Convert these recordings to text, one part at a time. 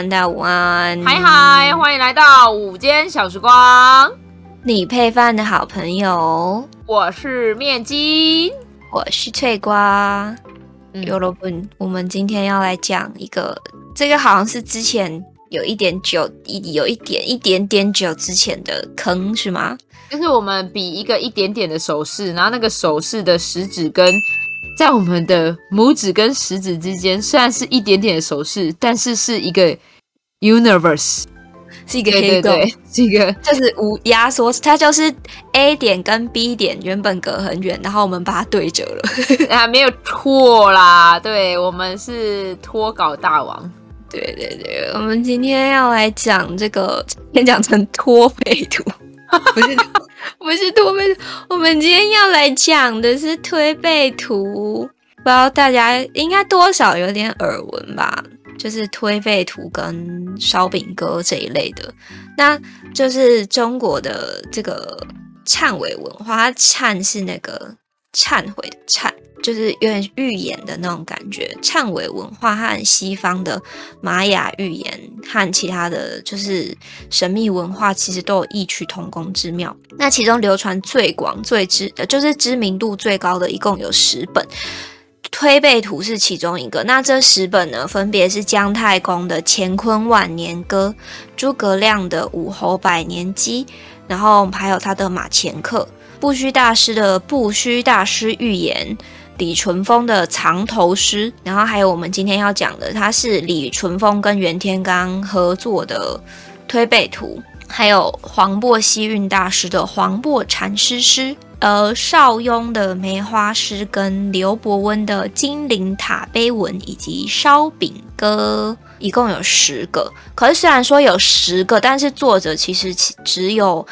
安，大家午安。 嗨嗨，欢迎来到午间小时光。 你配饭的好朋友， 我是面筋， 我是脆瓜。여러분，我们今天要来讲一个，这个好像是之前有一点点久之前的坑，是吗？ 就是我们比一个一点点的手势，然后那个手势的食指跟在我们的拇指跟食指之间，虽然是一点点的手势，但是是一个 universe， 是一个黑洞， 对，是一个就是无压缩，它就是 A 点跟 B 点原本隔很远，然后我们把它对折了。 啊，没有错啦，对，我们是脱稿大王。 对，我们今天要来讲这个，先讲成脱背图。不是脱背图，我们今天要来讲的是推背图。不知道大家应该多少有点耳闻吧，就是推背图跟烧饼歌这一类的。那就是中国的这个忏悔文化，它忏是那个忏悔的忏，就是有点预言的那种感觉。忏悔文化和西方的玛雅预言和其他的就是神秘文化其实都有异曲同工之妙。那其中流传最广就是知名度最高的一共有10本，推背图是其中一个。那这10本呢，分别是姜太公的乾坤万年歌、诸葛亮的武侯百年基，然后还有他的马前课，不虚大师的不虚大师预言，李淳风的藏头诗，然后还有我们今天要讲的，它是李淳风跟袁天罡合作的推背图，还有黄檗希运大师的黄檗禅师诗，邵雍的梅花诗跟刘伯温的金陵塔碑文以及烧饼歌，一共有10个。可是虽然说有10个，但是作者其实只有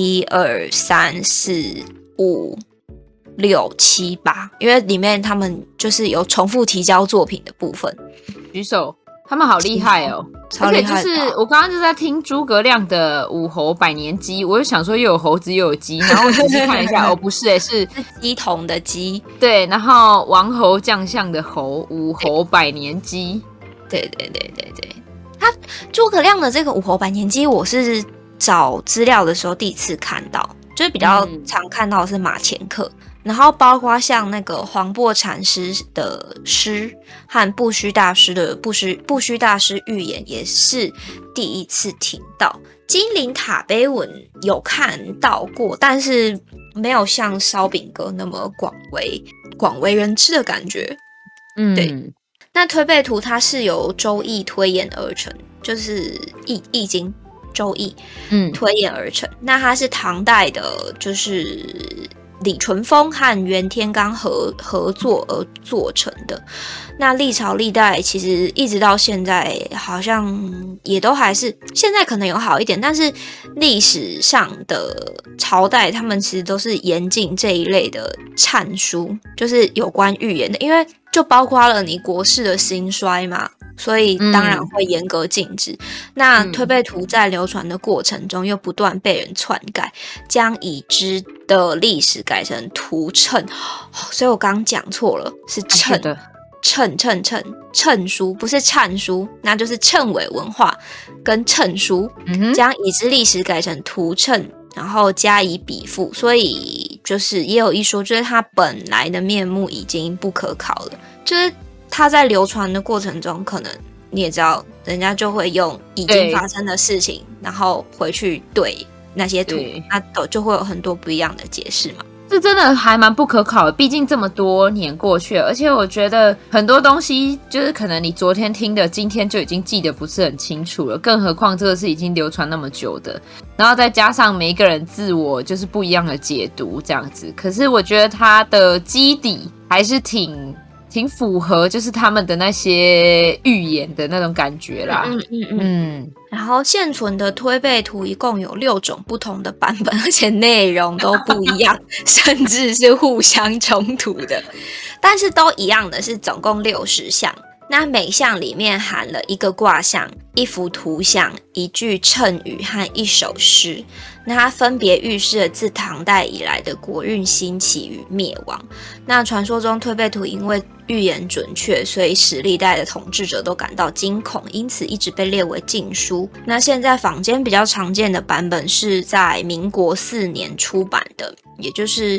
1、2、3、4、5、6、7、8，因为里面他们就是有重复提交作品的部分。 举手，他们好厉害哦！ 超厉害的。 而且就是我刚刚就在听诸葛亮的武侯百年基，我就想说又有猴子又有鸡，然后我仔细看一下，哦，不是，是鸡同的鸡。 对，然后王侯将相的侯，武侯百年基。 对，他诸葛亮的这个武侯百年基，我是找资料的时候第一次看到，就是比较常看到的是马前课。然后包括像那个黄檗禅师的诗和不虚大师的不虚大师预言也是第一次听到。金陵塔碑文有看到过，但是没有像烧饼歌那么广为人知的感觉。对。那推背图它是由周易推演而成，就是易经周易推演而成。那它是唐代的，就是李淳风和袁天罡合作而做成的。那历朝历代其实一直到现在好像也都还是，现在可能有好一点，但是历史上的朝代他们其实都是严禁这一类的忏书，就是有关预言的，因为就包括了你国事的兴衰嘛，所以当然会严格禁止。那推背图在流传的过程中又不断被人篡改，将已知的历史改成图谶，所以我刚讲错了，是谶的。谶书不是忏书，那就是谶纬文化跟谶书，将已知历史改成图谶，然后加以比附，所以就是也有一说，就是它本来的面目已经不可考了。就是它在流传的过程中，可能你也知道，人家就会用已经发生的事情，然后回去对那些图，那就会有很多不一样的解释嘛。 这真的还蛮不可考的，毕竟这么多年过去了，而且我觉得很多东西就是可能你昨天听的，今天就已经记得不是很清楚了，更何况这个是已经流传那么久的，然后再加上每一个人自我就是不一样的解读这样子。可是我觉得它的基底还是挺符合就是他们的那些预言的那种感觉啦。 然后现存的推背图一共有6种不同的版本，而且内容都不一样，甚至是互相冲突的，但是都一样的是总共60项。 那每项里面含了一个卦象、一幅图像、一句谶语和一首诗。那它分别预示了自唐代以来的国运兴起与灭亡。那传说中推背图因为预言准确，所以使历代的统治者都感到惊恐，因此一直被列为禁书。那现在坊间比较常见的版本是在民国4年出版的，也就是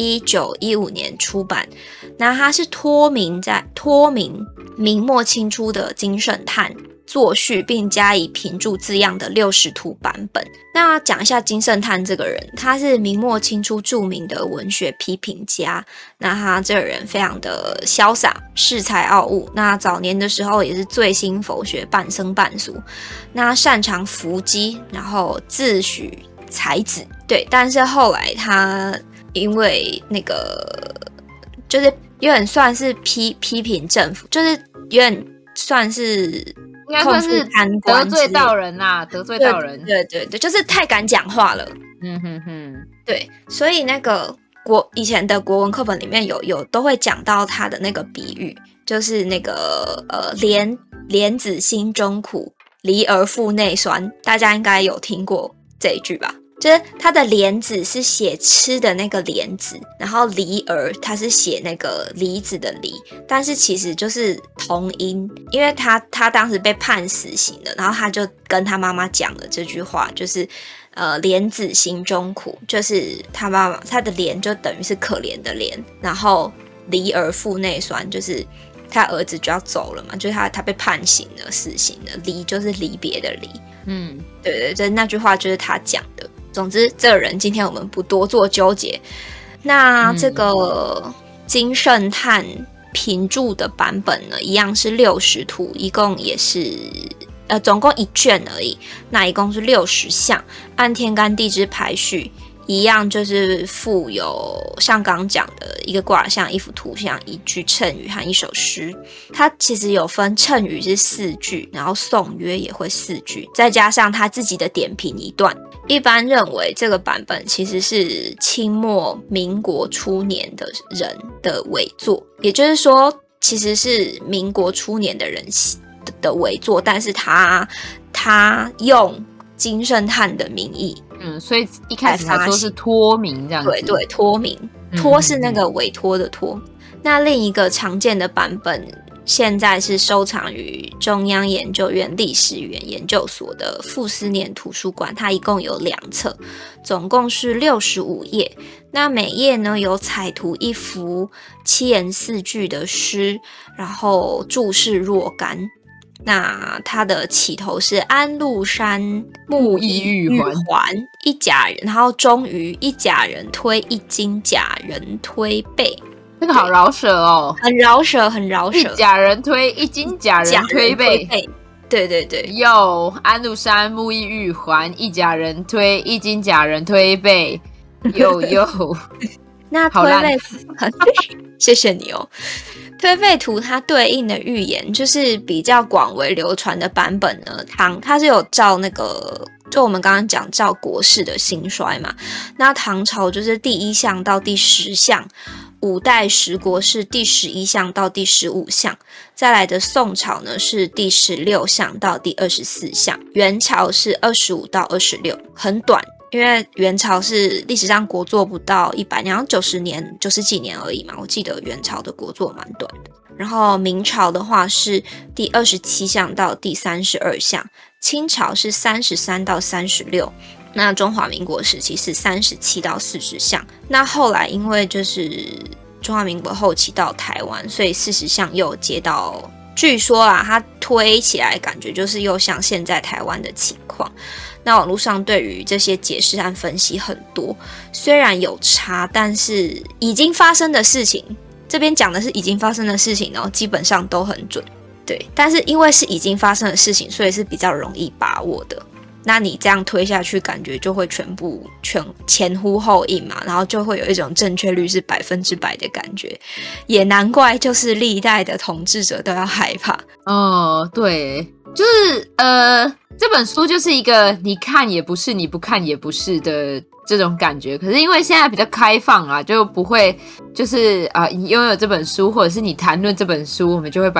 1915年出版。那它是托明明末清初的金圣叹作序并加以评注字样的60图版本。那讲一下金圣叹这个人，他是明末清初著名的文学批评家。那他这个人非常的潇洒，恃才傲物。那早年的时候也是醉心佛学，半僧半俗。那擅长伏击，然后自诩才子。对，但是后来他因为那个就是有点算是批评政府，就是有点算是应该算是得罪到人啦，得罪到人。 对，就是太敢讲话了。对，所以那个以前的国文课本里面有都会讲到他的那个比喻，就是那个莲子心中苦，梨儿腹内酸，大家应该有听过这一句吧？就是它的莲子是写吃的那个莲子，然后梨儿它是写那个梨子的梨，但是其实就是同音。因为他当时被判死刑了，然后他就跟他妈妈讲了这句话，就是莲子心中苦，就是他妈妈他的莲就等于是可怜的莲，然后梨儿腹内酸，就是他儿子就要走了嘛，就是他被判刑了，死刑了，离就是离别的离。对，那句话就是他讲的。总之这个人今天我们不多做纠结。那这个金圣叹评注的版本呢，一样是60图，一共也是总共1卷而已。那一共是60项，按天干地支排序，一样就是附有像刚刚讲的一个卦象、一幅图像、一句谶语和一首诗。它其实有分谶语是4句，然后颂约也会4句，再加上他自己的点评1段。一般认为这个版本其实是清末民国初年的人的伪作，也就是说其实是民国初年的人的伪作，但是他用金圣叹的名义， 所以一开始才说是托名这样子。 对，托名，托是那个委托的托。那另一个常见的版本，现在是收藏于中央研究院历史语言研究所的傅斯年图书馆，它一共有2册，总共是65页。那每页呢有彩图1幅7言4句的诗，然后注释若干。那它的起头是安禄山木易玉环一甲人，然后终于一甲人推一金甲人推背。 这个好饶舌哦， 很饶舌。一甲人推一金甲人推背。 对， 有安禄山木易玉环，一甲人推一金甲人推背。有那推背谢谢你哦。推背图它对应的预言就是比较广为流传的版本呢，它是有照那个，就我们刚刚讲照国势的兴衰嘛。那唐朝就是第1项到第10项，5代十国是第11项到第15项，再来的宋朝呢是第16项到第24项，元朝是25到26，很短。因为元朝是历史上国祚不到100年，好像90几年而已嘛，我记得元朝的国祚蛮短的。然后明朝的话是第27项到第32项，清朝是33到36，那中华民国时期是37到40项。那后来因为就是中华民国后期到台湾，所以40项又接到，据说啦，它推起来感觉就是又像现在台湾的情况。那网络上对于这些解释和分析很多，虽然有差，但是已经发生的事情，这边讲的是已经发生的事情，然后基本上都很准。对，但是因为是已经发生的事情，所以是比较容易把握的。那你这样推下去，感觉就会全前呼后应嘛，然后就会有一种正确率是100%的感觉，也难怪就是历代的统治者都要害怕。 对，就是这本书就是一个你看也不是，你不看也不是的这种感觉。可是因为现在比较开放啊，就不会就是你拥有这本书，或者是你谈论这本书，我们就会把你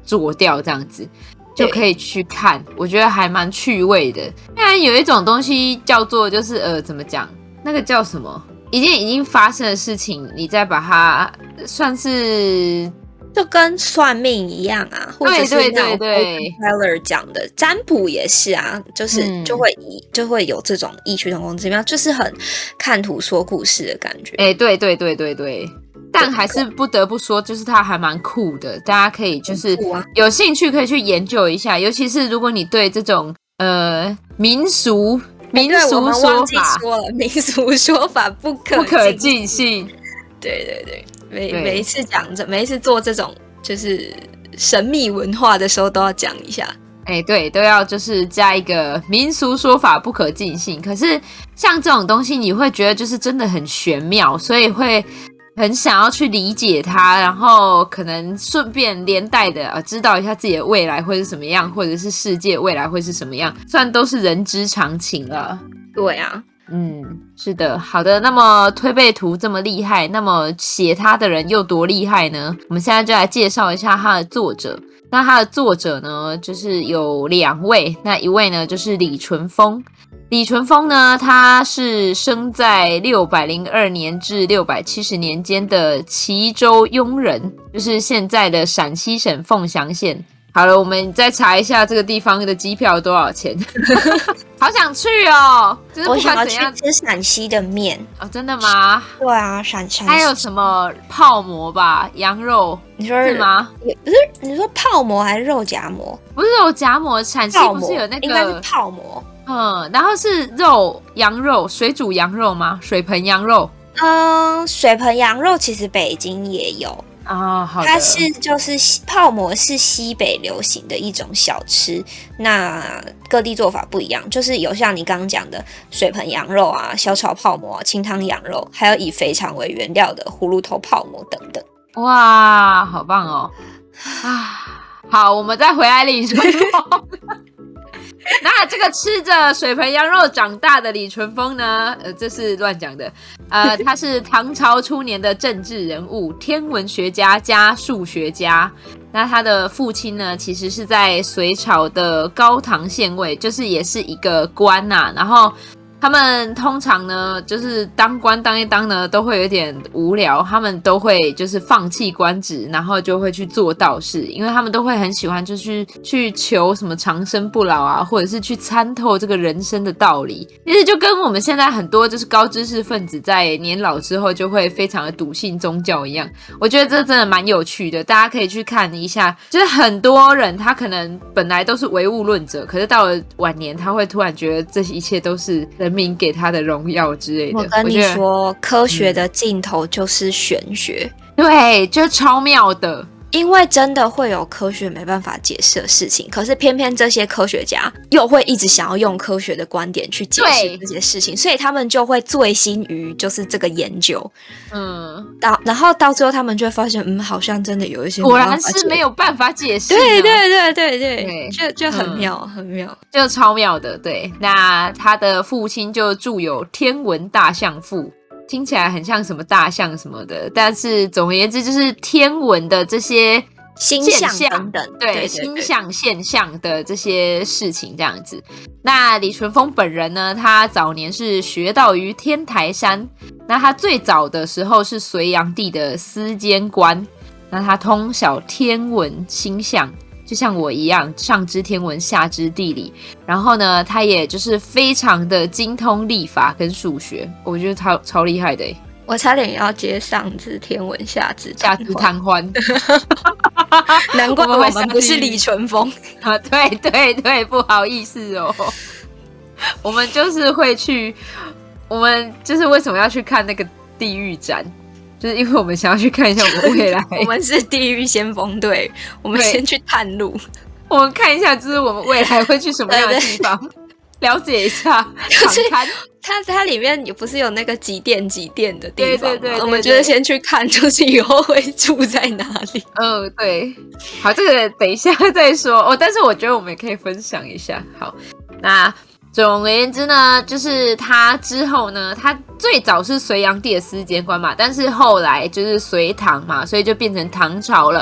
做掉这样子，就可以去看，我觉得还蛮趣味的。当然有一种东西叫做就是怎么讲，那个叫什么？已经发生的事情，你再把它算是就跟算命一样啊，或者是那种 Teller 讲的占卜也是啊，就是就会有这种异曲同工之妙，就是很看图说故事的感觉。 对。但还是不得不说，就是它还蛮酷的，大家可以就是有兴趣可以去研究一下，尤其是如果你对这种民俗说法， 民俗说法不可尽信。对，每一次每一次做这种就是神秘文化的时候都要讲一下。 对，都要就是加一个民俗说法不可尽信。可是像这种东西，你会觉得就是真的很玄妙，所以会很想要去理解它，然后可能顺便连带的知道一下自己的未来会是什么样，或者是世界未来会是什么样，虽然都是人之常情了。 对啊， 是的。好的，那么推背图这么厉害，那么写它的人又多厉害呢？我们现在就来介绍一下它的作者。那它的作者呢，就是有2位，那一位呢就是李淳风。李淳风呢，他是生在602年至670年间的齐州雍人，就是现在的陕西省凤翔县。好了，我们再查一下这个地方的机票多少钱。好想去哦，就是不管怎样， 我想要去吃陕西的面哦。真的吗？ 对啊，陕西还有什么泡馍吧，羊肉， 你说是吗？ 不是，你说泡馍还是肉夹馍？ 不是肉夹馍，陕西不是有那个？ 应该是泡馍。 然后是羊肉，水煮羊肉吗？水盆羊肉？ 水盆羊肉其实北京也有好的。 它是就是泡馍是西北流行的一种小吃，那各地做法不一样，就是有像你刚刚讲的水盆羊肉啊、小炒泡馍、清汤羊肉，还有以肥肠为原料的葫芦头泡馍等等。 哇，好棒哦！好，我们再回来李淳风。那这个吃着水盆羊肉长大的李淳风呢？这是乱讲的。他是唐朝初年的政治人物、天文学家加数学家。那他的父亲呢，其实是在隋朝的高唐县尉，就是也是一个官呐。然后他们通常呢，就是当官当一当呢，都会有点无聊，他们都会就是放弃官职，然后就会去做道士，因为他们都会很喜欢就是去求什么长生不老啊，或者是去参透这个人生的道理。其实就跟我们现在很多就是高知识分子在年老之后就会非常的笃信宗教一样，我觉得这真的蛮有趣的，大家可以去看一下。就是很多人他可能本来都是唯物论者，可是到了晚年他会突然觉得这一切都是人民给他的荣耀之类的。 我跟你说，科学的尽头就是玄学。 对，就超妙的。 因为真的会有科学没办法解释的事情，可是偏偏这些科学家又会一直想要用科学的观点去解释这些事情，所以他们就会醉心于就是这个研究。然后到最后他们就会发现，好像真的有一些果然是没有办法解释。 对，就很妙，很妙， 就超妙的。对，那他的父亲就著有《天文大象赋》。听起来很像什么大象什么的，但是总而言之就是天文的这些星象等等， 对星象现象的这些事情这样子。那李淳风本人呢，他早年是学道于天台山，那他最早的时候是隋炀帝的司监官，那他通晓天文星象，就像我一样，上知天文下知地理，然后呢他也就是非常的精通历法跟数学，我觉得超厉害的耶。 我差点要接上知天文下知瘫痪。 难怪我们不是李淳风。 对，不好意思哦。我们就是会去，我们就是为什么要去看那个地狱展，就是因为我们想要去看一下我们未来。 我们是地狱先锋队，我们先去探路， 我们看一下就是我们未来会去什么样的地方。了解一下， 就是它里面也不是有那个几点的地方吗？对，我们就是先去看，就是以后会住在哪里。 对，好，这个等一下再说哦。但是我觉得我们也可以分享一下。好，那总而言之呢，就是他之后呢，他最早是隋炀帝的司监官嘛，但是后来就是隋唐嘛，所以就变成唐朝了。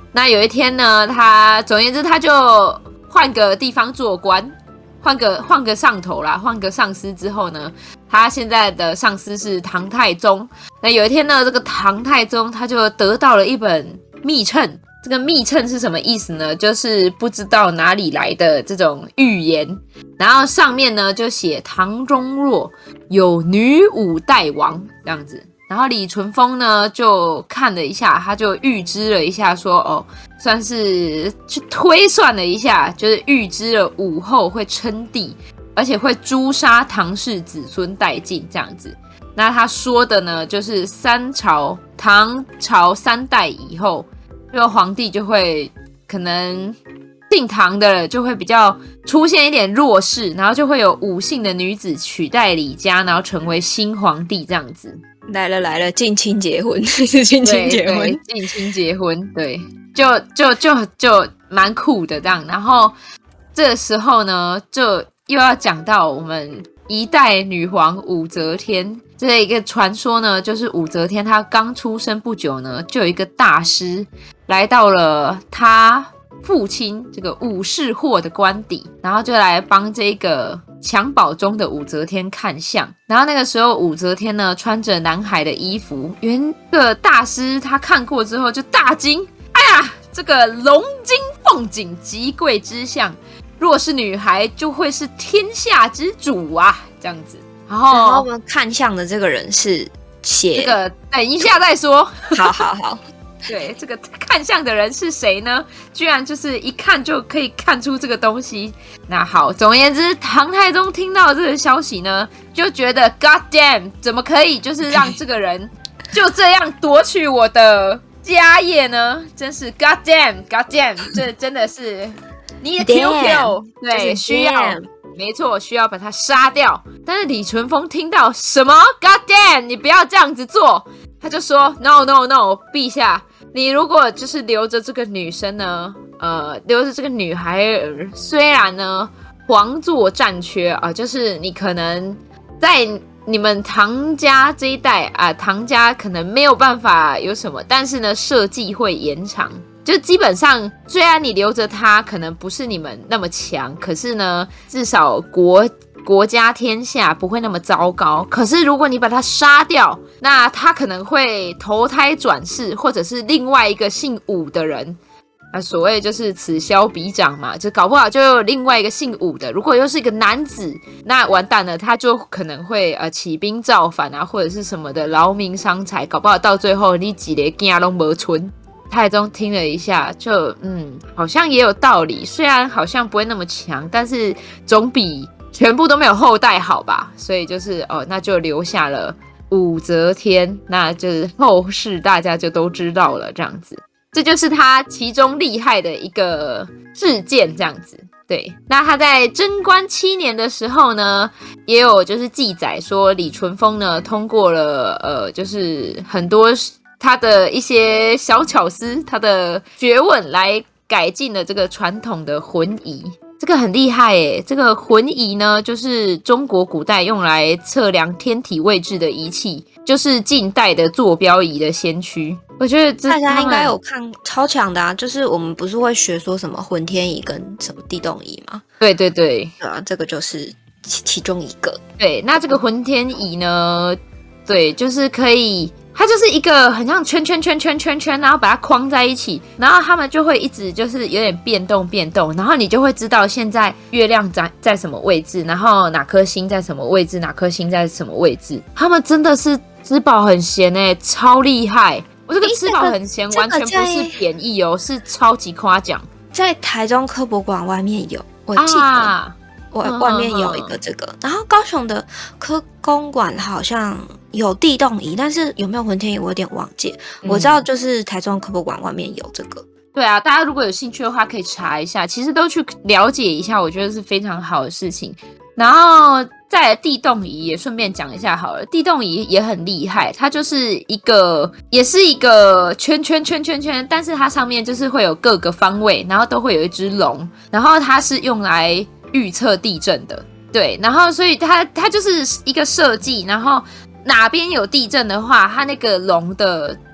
那有一天呢，总而言之他就换个地方做官，换个上头啦，换个上司之后呢，他现在的上司是唐太宗。那有一天呢，这个唐太宗他就得到了一本密谶。这个密谶是什么意思呢？就是不知道哪里来的这种预言，然后上面呢就写唐中若有女武代王这样子。然后李淳风呢就看了一下，他就预知了一下说，算是去推算了一下，就是预知了武后会称帝，而且会诛杀唐氏子孙殆尽这样子。那他说的呢，就是唐朝3代以后，这个皇帝就会可能姓唐的就会比较出现一点弱势，然后就会有武姓的女子取代李家，然后成为新皇帝这样子。 来了，近亲结婚，近亲结婚， 近亲结婚，对，就蛮酷的这样。然后这时候呢，就又要讲到我们一代女皇武则天这一个传说呢，就是武则天她刚出生不久呢，就有一个大师来到了她父亲这个武士霍的官邸，然后就来帮这个襁褓中的武则天看相。然后那个时候武则天呢穿着南海的衣服，原个大师他看过之后就大惊，哎呀，这个龙金凤锦极贵之相，若是女孩就会是天下之主啊，这样子。然后我们看相的这个人是写这个等一下再说。 好对，这个看相的人是谁呢？居然就是一看就可以看出这个东西。那好，总而言之，唐太宗听到这个消息呢，就觉得 God damn， 怎么可以就是让这个人就这样夺取我的家业呢？真是 God damn， 这真的是你的 QQ， 对，需要。没错，需要把他杀掉。但是李淳风听到什么 God damn， 你不要这样子做，他就说 No， 陛下，你如果就是留着这个女生呢，留着这个女孩儿，虽然呢皇座占缺啊，就是你可能在你们唐家这一代啊，唐家可能没有办法有什么，但是呢社稷会延长。就基本上，虽然你留着他可能不是你们那么强，可是呢，至少国家天下不会那么糟糕。可是如果你把他杀掉，那他可能会投胎转世，或者是另外一个姓武的人。所谓就是此消彼长嘛，就搞不好就有另外一个姓武的，如果又是一个男子，那完蛋了，他就可能会起兵造反啊，或者是什么的劳民伤财，搞不好到最后你几个囝都没存。太宗听了一下，就好像也有道理，虽然好像不会那么强，但是总比全部都没有后代好吧，所以就是那就留下了武则天，那就是后世大家就都知道了这样子。这就是他其中厉害的一个事件这样子。对，那他在贞观7年的时候呢，也有就是记载说李淳风呢通过了就是很多他的一些小巧思，他的学问来改进了这个传统的浑仪。这个很厉害耶，这个浑仪呢就是中国古代用来测量天体位置的仪器，就是近代的坐标仪的先驱。我觉得大家应该有看，超强的啊，就是我们不是会学说什么浑天仪跟什么地动仪吗？对啊，这个就是其中一个。对， 那这个浑天仪呢，对，就是可以，它就是一个很像圈，然后把它框在一起，然后他们就会一直就是有点变动，然后你就会知道现在月亮在什么位置，然后哪颗星在什么位置，哪颗星在什么位置。他们真的是吃饱很闲耶，超厉害。我这个吃饱很闲完全不是贬义哦，是超级夸奖。 在台中科博馆外面有，我记得外面有一个这个，然后高雄的科公馆好像有地动仪，但是有没有浑天仪我有点忘记。我知道就是台中科博馆外面有这个。 对啊，大家如果有兴趣的话可以查一下，其实都去了解一下，我觉得是非常好的事情。然后再来地动仪也顺便讲一下好了，地动仪也很厉害，它就是也是一个圈，但是它上面就是会有各个方位，然后都会有一只龙，然后它是用来预测地震的。对，然后所以它就是一个设计，然后哪边有地震的话，它那个龙的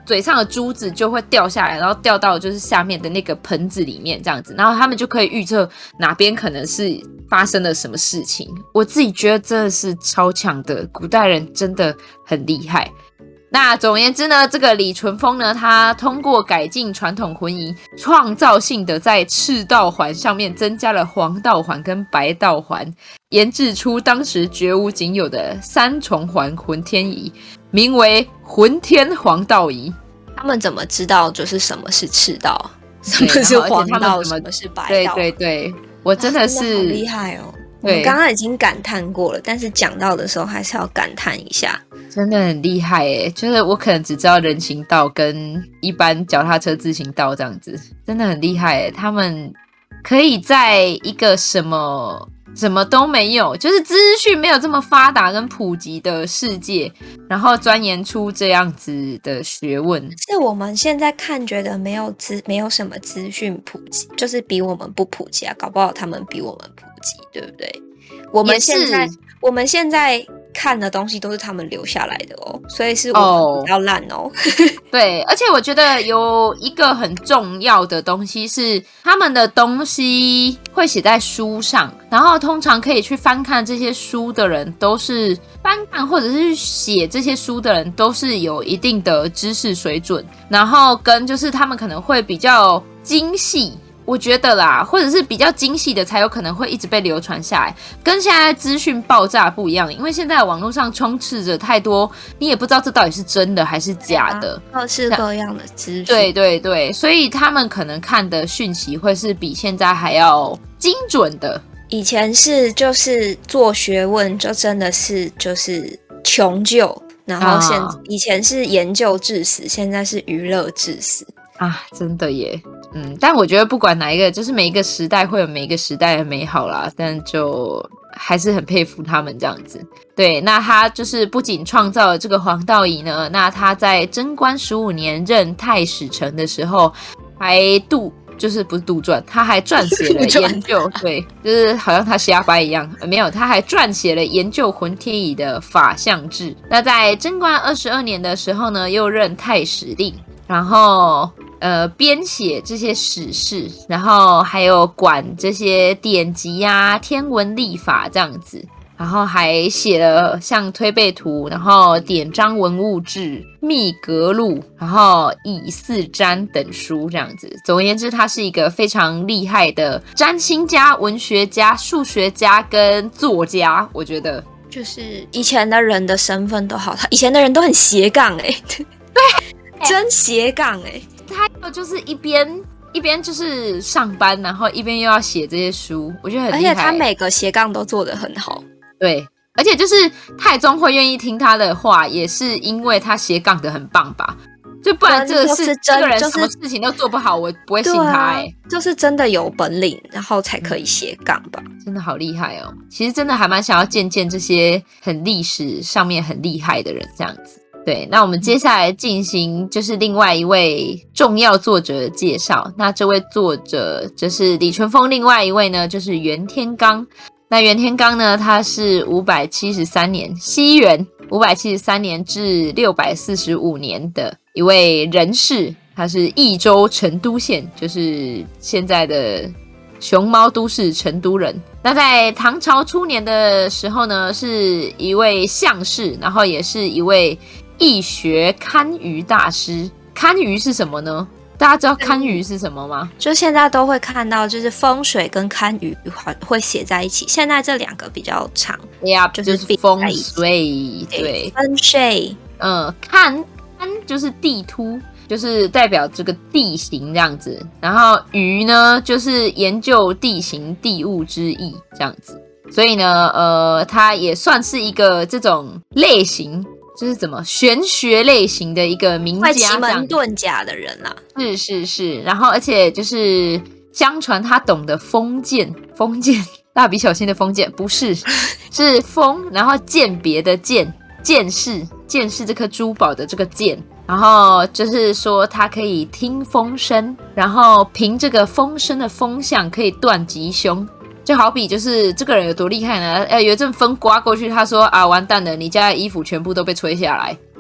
嘴上的珠子就会掉下来，然后掉到就是下面的那个盆子里面这样子，然后他们就可以预测哪边可能是发生了什么事情。我自己觉得真的是超强的，古代人真的很厉害。那总而言之呢，这个李淳风呢，他通过改进传统浑仪，创造性的在赤道环上面增加了黄道环跟白道环，研制出当时绝无仅有的3重环浑天仪，名为浑天黄道仪。 他们怎么知道就是什么是赤道，什么是黄道，什么是白道？ 对对对，我真的是、 真的好厉害哦。我们刚刚已经感叹过了，但是讲到的时候还是要感叹一下， 真的很厉害耶！就是我可能只知道人行道跟一般脚踏车自行道这样子，真的很厉害耶。他们可以在一个什么都没有，就是资讯没有这么发达跟普及的世界，然后钻研出这样子的学问。 是我们现在看觉得没有什么资讯普及，就是比我们不普及啊，搞不好他们比我们普及，对不对？我们现在看的东西都是他们留下来的哦，所以是我们比较烂哦。 对，而且我觉得有一个很重要的东西是，他们的东西会写在书上，然后通常可以去翻看这些书的人，都是翻看或者是写这些书的人，都是有一定的知识水准，然后跟就是他们可能会比较精细。我觉得啦，或者是比较精细的才有可能会一直被流传下来，跟现在资讯爆炸不一样，因为现在网络上充斥着太多，你也不知道这到底是真的还是假的， 各式各样的资讯。 对对对，所以他们可能看的讯息会是比现在还要精准的。 以前是就是做学问就真的是就是穷究，然后以前是研究致死，现在是娱乐致死啊，真的耶。但我觉得不管哪一个，就是每一个时代会有每一个时代的美好啦，但就还是很佩服他们这样子。对，那他就是不仅创造了这个黄道仪呢，那他在贞观15年任太史丞的时候，还就是不是杜撰，他还撰写了研究，对，就是好像他瞎掰一样，没有，他还撰写了研究浑天仪的法相志。那在贞观22年的时候呢，又任太史令，然后编写这些史事，然后还有管这些典籍啊、天文历法这样子，然后还写了像推背图，然后典章文物志、秘阁录，然后以四占等书这样子。总而言之，他是一个非常厉害的占星家、文学家、数学家跟作家，我觉得就是以前的人的身份都好，以前的人都很斜杠对，真斜杠他就是一边就是上班，然后一边又要写这些书，我觉得很厉害。 而且他每个斜杠都做得很好。 对，而且就是太宗会愿意听他的话，也是因为他斜杠得很棒吧。就不然这个人什么事情都做不好，我不会信他就是真的有本领，然后才可以斜杠吧。 真的好厉害哦！其实真的还蛮想要见见这些很历史上面很厉害的人这样子。对，那我们接下来进行就是另外一位重要作者的介绍。那这位作者就是李淳风，另外一位呢就是袁天罡。那袁天罡呢，他是573年西元573年至645年的一位人士，他是益州成都县，就是现在的熊猫都市成都人。那在唐朝初年的时候呢，是一位相士，然后也是一位易学堪舆大师。堪舆是什么呢？大家知道堪舆是什么吗？ 就现在都会看到，就是风水跟堪舆会写在一起。现在这两个比较长， 就是风水，对， 风水。 堪就是地图，就是代表这个地形这样子。然后舆呢，就是研究地形地物之意这样子。所以呢，它也算是一个这种类型。就是怎么玄学类型的一个名家， 会奇门遁甲的人啦。 是，然后而且就是相传他懂得封建，蜡笔小新的封建不是，是封，然后鉴别的鉴视这颗珠宝的这个鉴，然后就是说他可以听风声，然后凭这个风声的风向可以断吉凶。就好比就是这个人有多厉害呢？有一阵风刮过去，他说啊完蛋了，你家的衣服全部都被吹下来，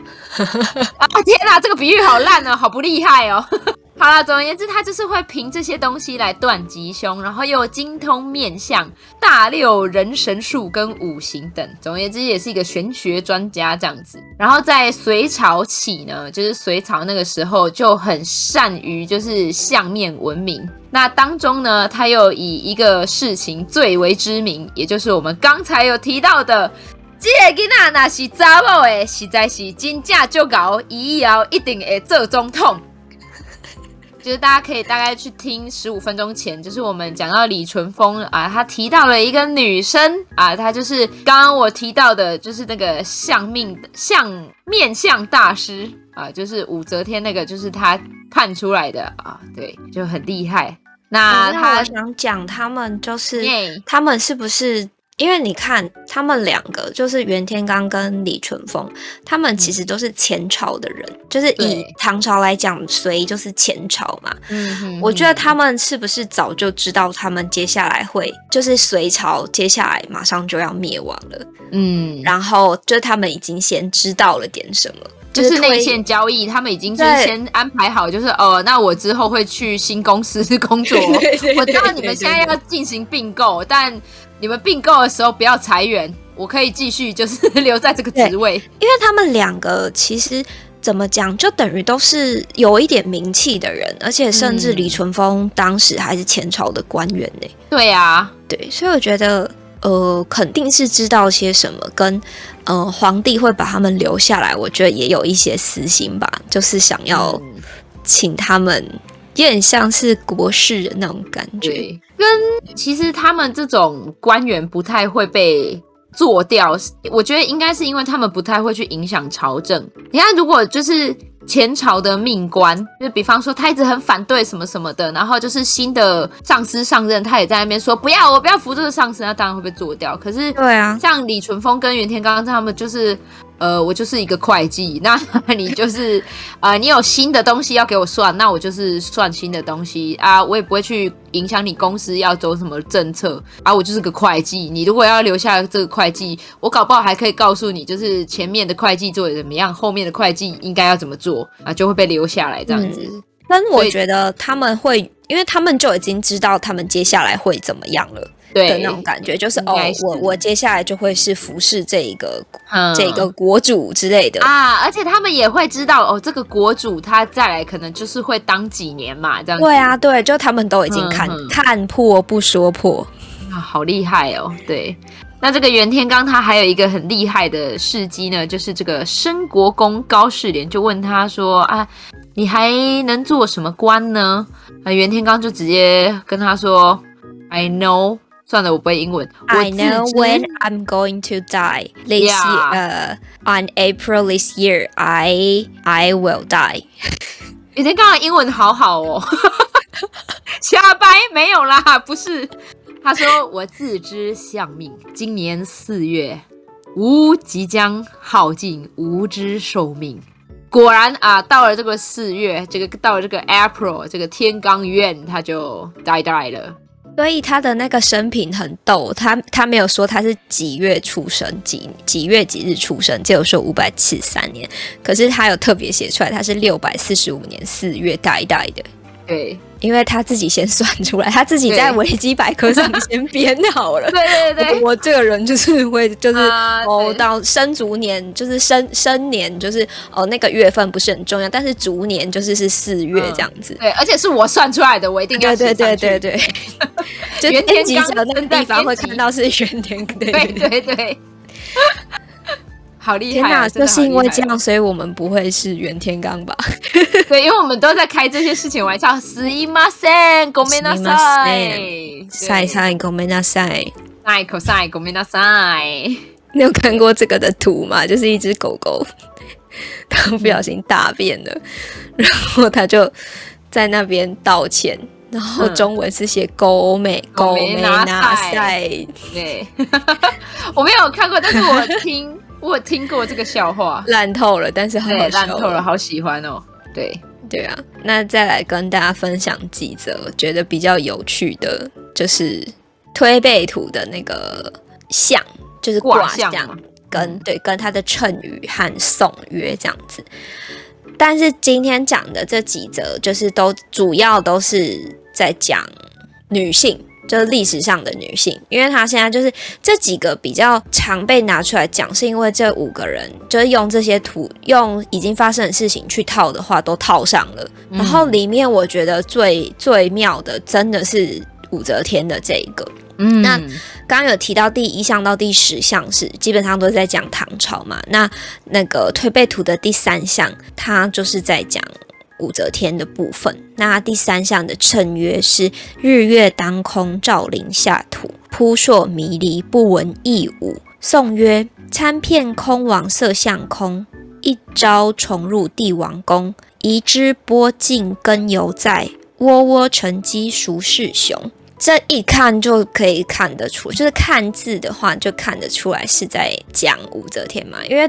啊天哪，这个比喻好烂哦，好不厉害哦。好啦，总而言之，他就是会凭这些东西来断吉凶，然后又精通面相、大六人神术跟五行等。总而言之，也是一个玄学专家这样子。然后在隋朝起呢，就是隋朝那个时候就很善于就是相面闻名。那当中呢，他又以一个事情最为知名，也就是我们刚才有提到的。这个囡仔若是查某的，实在是真正足够，以后一定会做总统。就是大家可以大概去听15分钟前，就是我们讲到李淳风啊，他提到了一个女生啊，她就是刚刚我提到的，就是那个面相大师啊，就是武则天那个，就是他判出来的啊，对，就很厉害。那我想讲他们就是他们是不是？因为你看他们两个就是袁天罡跟李淳风，他们其实都是前朝的人，就是以唐朝来讲，隋就是前朝嘛。我觉得他们是不是早就知道他们接下来会就是隋朝接下来马上就要灭亡了，然后就他们已经先知道了点什么。 就是内线交易，他们已经就是先安排好，就是那我之后会去新公司工作。我知道你们现在要进行并购，但你们并购的时候不要裁员，我可以继续就是留在这个职位。 因为他们两个其实怎么讲，就等于都是有一点名气的人，而且甚至李淳风当时还是前朝的官员呢。 对啊， 对，所以我觉得肯定是知道些什么，跟皇帝会把他们留下来，我觉得也有一些私心吧，就是想要请他们，有点像是国士的那种感觉。 对，跟其实他们这种官员不太会被做掉，我觉得应该是因为他们不太会去影响朝政。你看，如果就是前朝的命官，就比方说他一直很反对什么什么的，然后就是新的上司上任，他也在那边说我不要服这个上司，那当然会被做掉。可是对啊，像李淳风跟袁天罡他们就是我就是一个会计，那你就是你有新的东西要给我算，那我就是算新的东西啊，我也不会去影响你公司要走什么政策啊，我就是个会计。你如果要留下这个会计，我搞不好还可以告诉你，就是前面的会计做得怎么样，后面的会计应该要怎么做啊，就会被留下来这样子。 但我觉得他们会，因为他们就已经知道他们接下来会怎么样了。的那种感觉，就是我接下来就会是服侍这个国主之类的啊，而且他们也会知道这个国主他再来可能就是会当几年嘛，这样子。 对啊，对，就他们都已经看破不说破啊，好厉害哦。对，那这个袁天罡他还有一个很厉害的事迹呢，就是这个申国公高士廉就问他说啊，你还能做什么官呢？袁天罡就直接跟他说 I know。算了，我不会英文。 I know when I'm going to die. This year, on April this year, I will die. 袁天罡的英文好好哦，瞎掰没有啦，不是。他说：“我自知相命，今年4月，吾即将耗尽吾之寿命。”果然啊，到了这个4月，到了这个 April， 这个天罡院他就die了。 所以他的那个生平很逗，他没有说他是几月出生，几月几日出生，只有说573年，可是他有特别写出来，他是645年4月die的。对，因为他自己先算出来，他自己在维基百科上先编好了。 对对对， 我这个人就是会就是到生卒年就是生年就是那个月份不是很重要，但是卒年就是4月这样子。 对，而且是我算出来的，我一定要写上去。 对。就袁天罡的那个地方会看到是袁天罡。对。 好厉害！ 天哪，就是因为这样，所以我们不会是袁天罡吧？ 对，因为我们都在开这些事情玩笑。すいません、ごめんなさい。 晒ごめんなさい。 晒ごめんなさい。 你有看过这个的图吗？就是一只狗狗，它不小心大便了，然后它就在那边道歉。然后中文是写狗美拿塞。 对，我没有看过，但是我有听过这个笑话， 烂透了，但是好好笑， 烂透了，好喜欢哦。对啊，那再来跟大家分享几则觉得比较有趣的，就是推背图的那个象，就是卦象。 跟他的谶语和宋约这样子。但是今天讲的这几则就是主要都是在讲女性，就是历史上的女性，因为他现在就是这几个比较常被拿出来讲，是因为这5个人就是用这些图，用已经发生的事情去套的话都套上了。然后里面我觉得最妙的真的是武则天的这一个。那刚刚有提到第1项到第10项是基本上都是在讲唐朝嘛，那个推背图的第3项它就是在讲武则天的部分。那第3项的谶约是日月当空，照临下土，扑朔迷离，不闻一舞。宋曰参遍空王色相空，一朝重入帝王宫，移之波尽根犹在，窝窝成鸡孰是雄。这一看就可以看得出，就是看字的话就看得出来是在讲武则天嘛，因为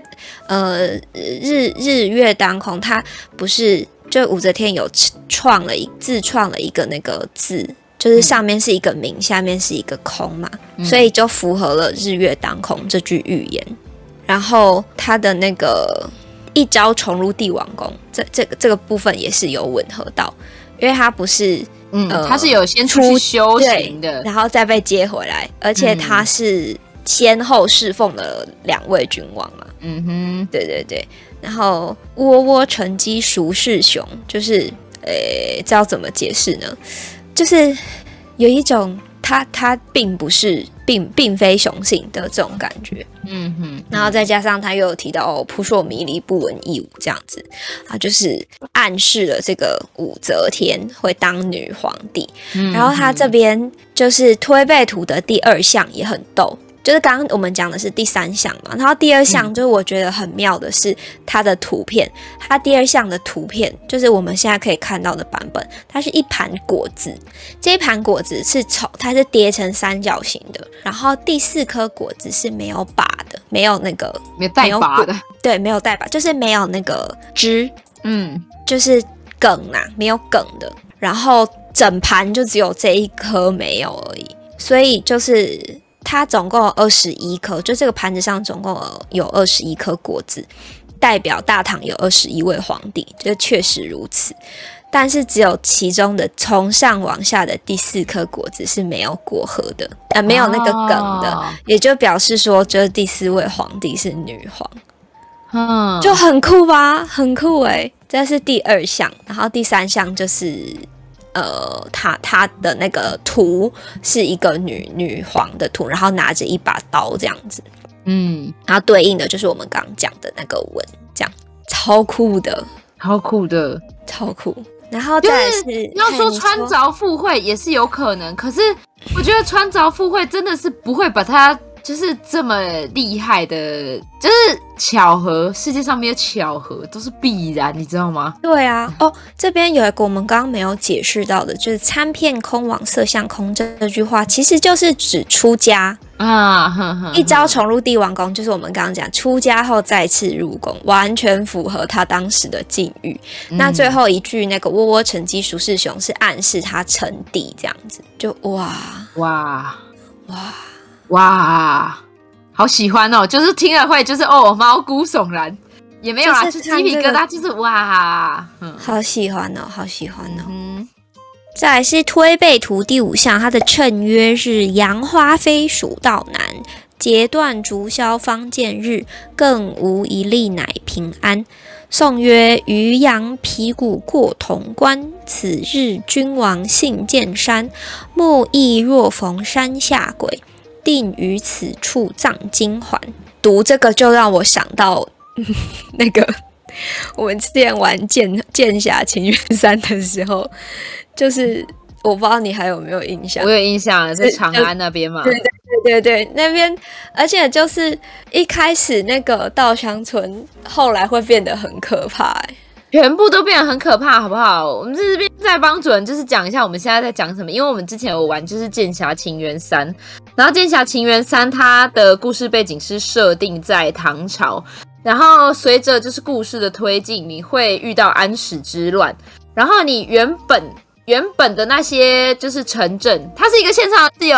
日月当空，它不是就武则天有自创了一个那个字，就是上面是一个明，下面是一个空嘛，所以就符合了日月当空这句预言。然后它的那个一朝重入帝王宫，这个部分也是有吻合到，因为它不是。 他是有先出去修行的， 然后再被接回来，而且他是先后侍奉了2位君王嘛。对对对。然后窝窝成鸡孰是雄，就是这要怎么解释呢？就是有一种他并非雄性的这种感觉。然后再加上他又有提到扑朔迷离，不闻一舞这样子，就是暗示了这个武则天会当女皇帝。然后他这边就是推背图的第2项也很逗，就是刚刚我们讲的是第3项嘛，然后第2项就是我觉得很妙的是它的图片，它第2项的图片就是我们现在可以看到的版本，它是一盘果子，这一盘果子它是叠成三角形的，然后第4颗果子是没有把的，没有那个没带把的， 对，没有带把，就是没有那个枝，就是梗啊，没有梗的，然后整盘就只有这一颗没有而已，所以就是它总共有21颗，就这个盘子上总共有21颗果子，代表大唐有21位皇帝，就确实如此。但是只有其中的从上往下的第4颗果子是没有果核的，没有那个梗的，也就表示说，就是第4位皇帝是女皇，就很酷吧，很酷欸。这是第2项，然后第3项就是他的那个图是一个女皇的图，然后拿着一把刀这样子，然后对应的就是我们刚刚讲的那个文，这样超酷的， 超酷的， 超酷。然后再来是要说穿凿附会也是有可能，可是我觉得穿凿附会真的是不会把它就是这么厉害的，就是巧合，世界上没有巧合，都是必然，你知道吗？ 对啊，这边有一个我们刚刚没有解释到的，就是参遍空王色相空这句话，其实就是指出家啊，一朝重入帝王宫，就是我们刚刚讲出家后再次入宫，完全符合他当时的境遇。那最后一句那个窝窝成鸡孰是雄，是暗示他成帝这样子，就哇，好喜欢哦！就是听了会就是毛骨悚然，也没有啦，就是鸡皮疙瘩，就是哇， 好喜欢哦，好喜欢哦。再来是推背图第5项，它的谶约是杨花飞鼠到南，截断竹箫方见日，更无一粒乃平安。宋曰渔阳皮鼓过潼关，此日君王信见山，木亦若逢山下鬼，定于此处葬金环。读这个就让我想到那个我们之前玩剑侠情缘3的时候，就是我不知道你还有没有印象？ 我有印象，在长安那边嘛。 对，那边，而且就是一开始那个稻香村，后来会变得很可怕全部都变得很可怕，好不好？我们这边再帮主人就是讲一下我们现在在讲什么，因为我们之前有玩就是《剑侠情缘3》，然后《剑侠情缘3》它的故事背景是设定在唐朝，然后随着就是故事的推进，你会遇到安史之乱，然后你原本的那些就是城镇，它是一个线上游戏哦，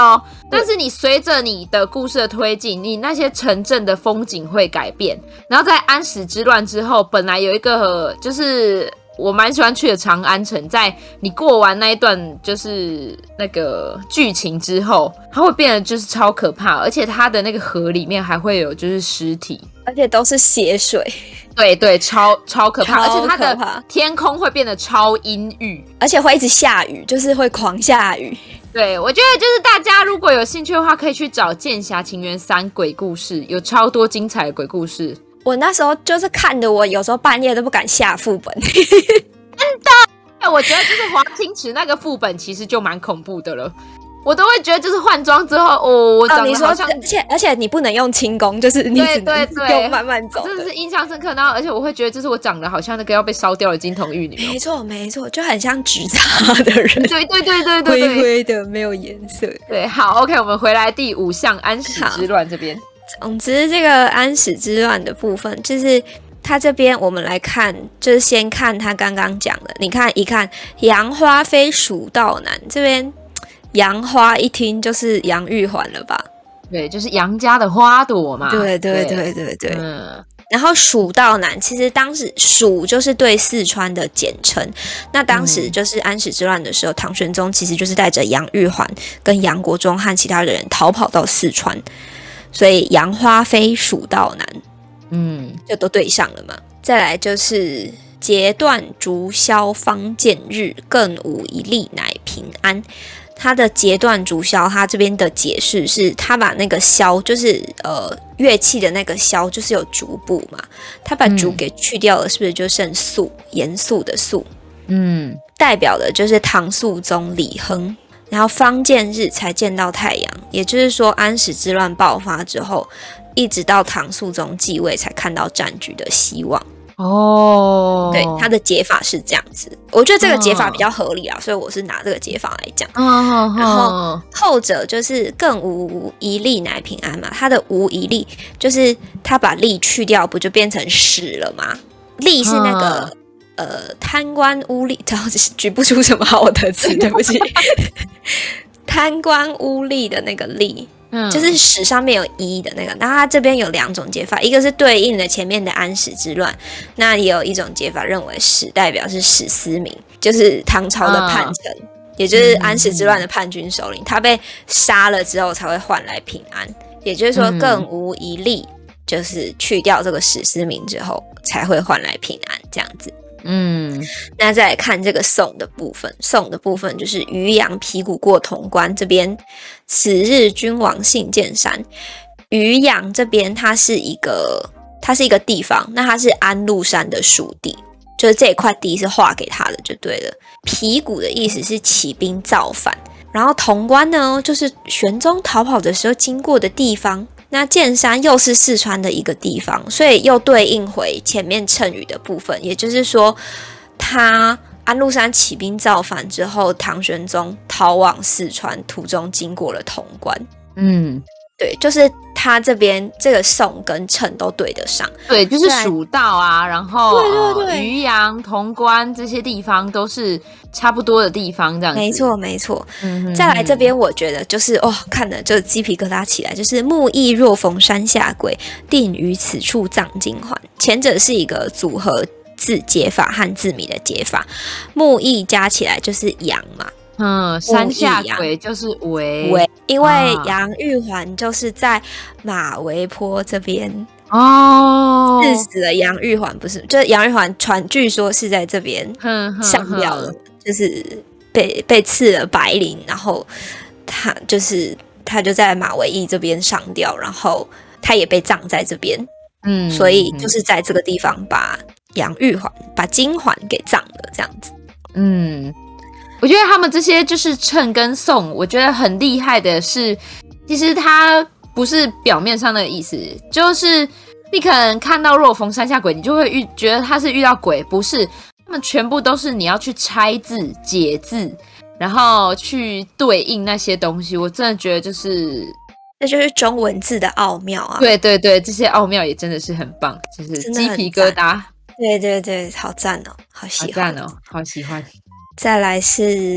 但是你随着你的故事的推进，你那些城镇的风景会改变。然后在安史之乱之后，本来有一个就是我蛮喜欢去的长安城，在你过完那一段就是那个剧情之后，它会变得就是超可怕，而且它的那个河里面还会有就是尸体， 而且都是血水。 对对，超可怕，而且它超可怕的天空会变得超阴郁， 而且会一直下雨，就是会狂下雨。 对，我觉得就是大家如果有兴趣的话，可以去找《剑侠情缘3》鬼故事，有超多精彩的鬼故事。 我那时候就是看的，我有时候半夜都不敢下副本。 我觉得就是华清池那个副本其实就蛮恐怖的了，我都会觉得就是换装之后，我长得好像， 而且你不能用轻功，就是你只能用慢慢走的， 真的是印象深刻。然后而且我会觉得就是我长得好像那个要被烧掉的金童玉女， 没错没错，就很像纸扎的人， 对， 灰灰的没有颜色。 对，好 ，OK， 我们回来第5项安史之乱这边。 总之，这个安史之乱的部分就是。他这边我们来看，就是先看他刚刚讲的，你看一看杨花飞蜀道难，这边杨花一听就是杨玉环了吧？ 对，就是杨家的花朵嘛。 对。然后蜀道难，其实当时蜀就是对四川的简称。那当时就是安史之乱的时候，唐玄宗其实就是带着杨玉环跟杨国忠和其他的人逃跑到四川，所以杨花飞蜀道难。就都对上了嘛。再来就是截断竹箫方见日，更无一例乃平安。它的截断竹箫，它这边的解释是，它把那个箫，就是乐器的那个箫，就是有竹部嘛，它把竹给去掉了，是不是就剩肃，严肃的肃？代表的就是唐肃宗李亨。然后方见日才见到太阳，也就是说安史之乱爆发之后，一直到唐肃宗继位才看到战局的希望。对，他的解法是这样子，我觉得这个解法比较合理啊，所以我是拿这个解法来讲。然后后者就是更无一例乃平安嘛，他的无一例就是他把例去掉，不就变成史了吗？例是那个贪官污吏，举不出什么好的词，对不起。贪官污吏的那个吏，就是史上面有一的那个。那它这边有2种解法，一个是对应了前面的安史之乱，那也有一种解法认为史代表是史思明，就是唐朝的叛臣，也就是安史之乱的叛军首领，他被杀了之后才会换来平安。也就是说，更无一例，就是去掉这个史思明之后才会换来平安，这样子。那再来看这个宋的部分，宋的部分就是渔阳皮鼓过潼关这边，此日君王信见山。渔阳这边它是一个地方，那它是安禄山的属地，就是这一块地是划给他的就对了。皮鼓的意思是起兵造反，然后潼关呢就是玄宗逃跑的时候经过的地方。那剑山又是四川的一个地方，所以又对应回前面谶语的部分，也就是说安禄山起兵造反之后，唐玄宗逃往四川途中经过了潼关。对，就是他这边这个宋跟谶都对得上。 对，就是蜀道啊，然后渔阳、潼关这些地方都是差不多的地方，这样子。 没错。再来这边，我觉得就是看的就鸡皮疙瘩起来，就是木易若逢山下鬼，定于此处葬金环。前者是一个组合字解法和字谜的解法，木易加起来就是阳嘛。 山下鬼就是围， 因为杨玉环就是在马嵬坡这边致死了杨玉环，不是，就是杨玉环据说是在这边上吊了，就是被刺了白绫，然后他就在马嵬驿这边上吊，然后他也被葬在这边，所以就是在这个地方把杨玉环把金环给葬了，这样子。 我觉得他们这些就是谶跟宋，我觉得很厉害的是，其实它不是表面上的意思，就是你可能看到若逢山下鬼，你就会觉得他是遇到鬼，不是，他们全部都是你要去拆字、解字，然后去对应那些东西。我真的觉得这就是中文字的奥妙啊！ 对，这些奥妙也真的是很棒，就是鸡皮疙瘩。 对，好赞哦，好喜欢好喜欢。 再来是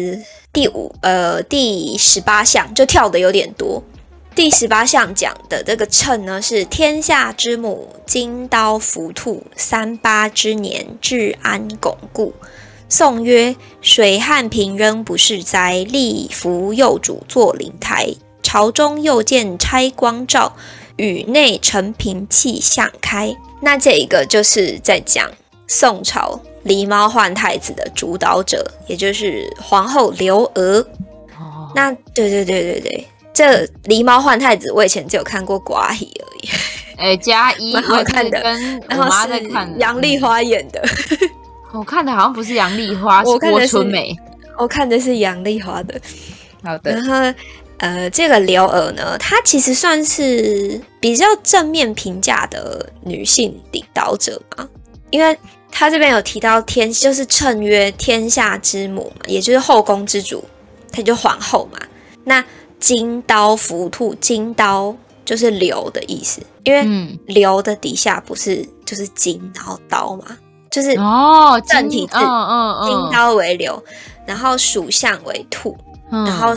第18项就跳的有点多。第18项讲的这个谶呢是天下之母，金刀伏兔，三八之年，治安巩固。颂曰：水旱平仍不是灾，立扶幼主作灵台。朝中又见拆光照，宇内承平气象开。那这一个就是在讲宋朝狸猫换太子的主导者，也就是皇后刘娥。那对，这狸猫换太子我以前只有看过寡喜而已。 加一， 蛮好看的， 跟我妈在看的， 杨丽花演的。 我看的好像不是杨丽花，是郭春美。 我看的是杨丽花的。 好的。 然后这个刘娥呢，她其实算是比较正面评价的女性领导者嘛，因为她这边有提到就是谶曰天下之母嘛，也就是后宫之主，她就皇后嘛。那金刀伏兔，金刀就是流的意思，因为流的底下不是就是金，然后刀嘛，就是正体字，金刀为流，然后属相为兔。然后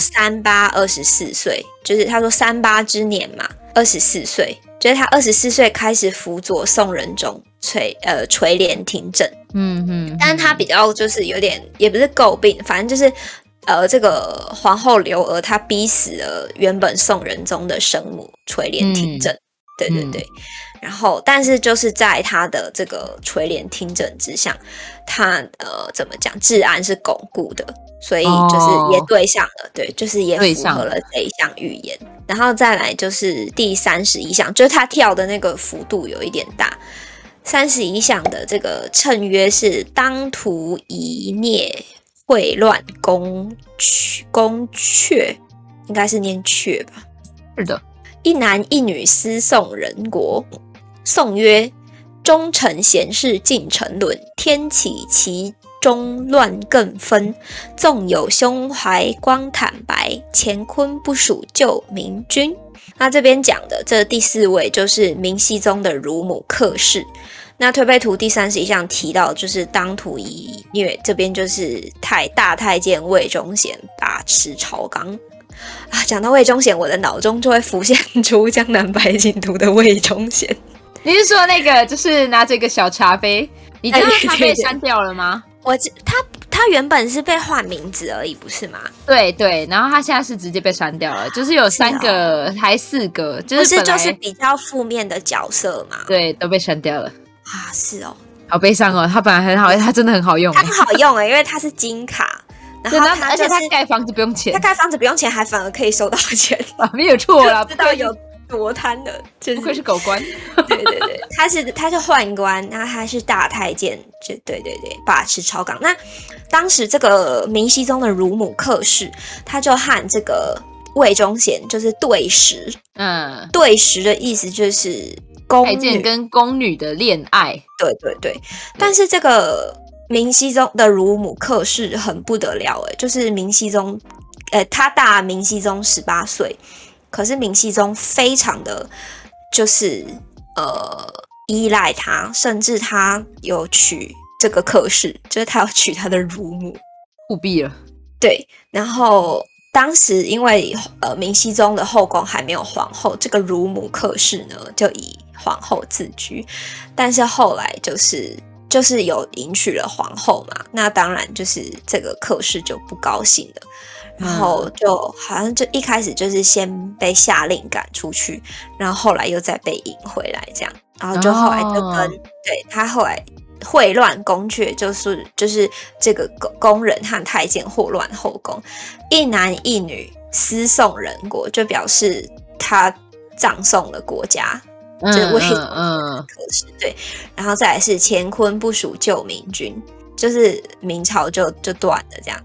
24岁，就是他说38之年嘛，24岁，就是他24岁开始辅佐宋仁宗垂帘听政。但是他比较就是有点也不是诟病，反正就是这个皇后刘娥她逼死了原本宋仁宗的生母垂帘听政。对，然后但是就是在他的这个垂帘听政之下，他怎么讲，治安是巩固的，所以就是也对上了。对，就是也符合了这一项预言。然后再来就是第31项，就是他跳的那个幅度有一点大。31项的这个谶曰是当涂一孽，秽乱宫阙，应该是念阙吧？ 是的。 一男一女私送人国。颂曰：忠臣贤士尽沉沦，天启其中乱更分。纵有胸怀光坦白，乾坤不属救明君。那这边讲的这第4位就是明熹宗的乳母客氏。那推背图第31项提到就是当涂一孽，这边就是大太监魏忠贤把持朝纲。讲到魏忠贤，我的脑中就会浮现出江南百景图的魏忠贤。 你是说那个就是拿着一个小茶杯？你知道他被删掉了吗？ 他原本是被换名字而已，不是吗？ 对，然后他现在是直接被删掉了，就是有3个还4个， 就是比较负面的角色嘛。 对，都被删掉了。 是哦， 好悲伤哦。他本来很好，他真的很好用， 他很好用因为他是金卡。然后而且他盖房子不用钱， 他盖房子不用钱，还反而可以收到钱没有错啦， 知道有多贪的， 不愧是狗官。 对，他是宦官，那他是大太监，就对，把持朝纲。那当时这个明熹宗的乳母客氏，他就和这个魏忠贤就是对食。对食的意思就是宫女太监跟宫女的恋爱。 对，但是这个明熹宗的乳母客氏很不得了就是明熹宗，他大明熹宗18岁，可是明熹宗非常的就是依赖他，甚至他有娶这个客氏，就是他有娶他的乳母， 互毙了。 对，然后当时因为明熹宗的后宫还没有皇后，这个乳母客氏呢就以皇后自居，但是后来就是有迎娶了皇后嘛，那当然就是这个客氏就不高兴了，然后就好像就一开始就是先被下令赶出去，然后后来又再被迎回来这样，然后就后来就跟对他后来秽乱宫阙，就是这个宫人和太监祸乱后宫，一男一女私送人国，就表示他葬送了国家。这为可是对，然后再来是乾坤不属救明君，就是明朝就断了这样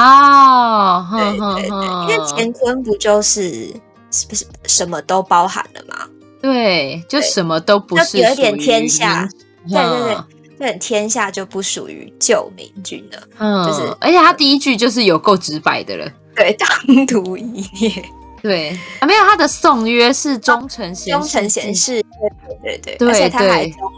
对，因为乾坤不就是什么都包含了吗？ 对，就什么都不是， 就有一点天下，对，天下就不属于救明君了。就是， 而且他第一句就是有够直白的了， 对，当涂一孽。 对没有，他的颂曰是忠臣贤士， 对，而且他还忠诚，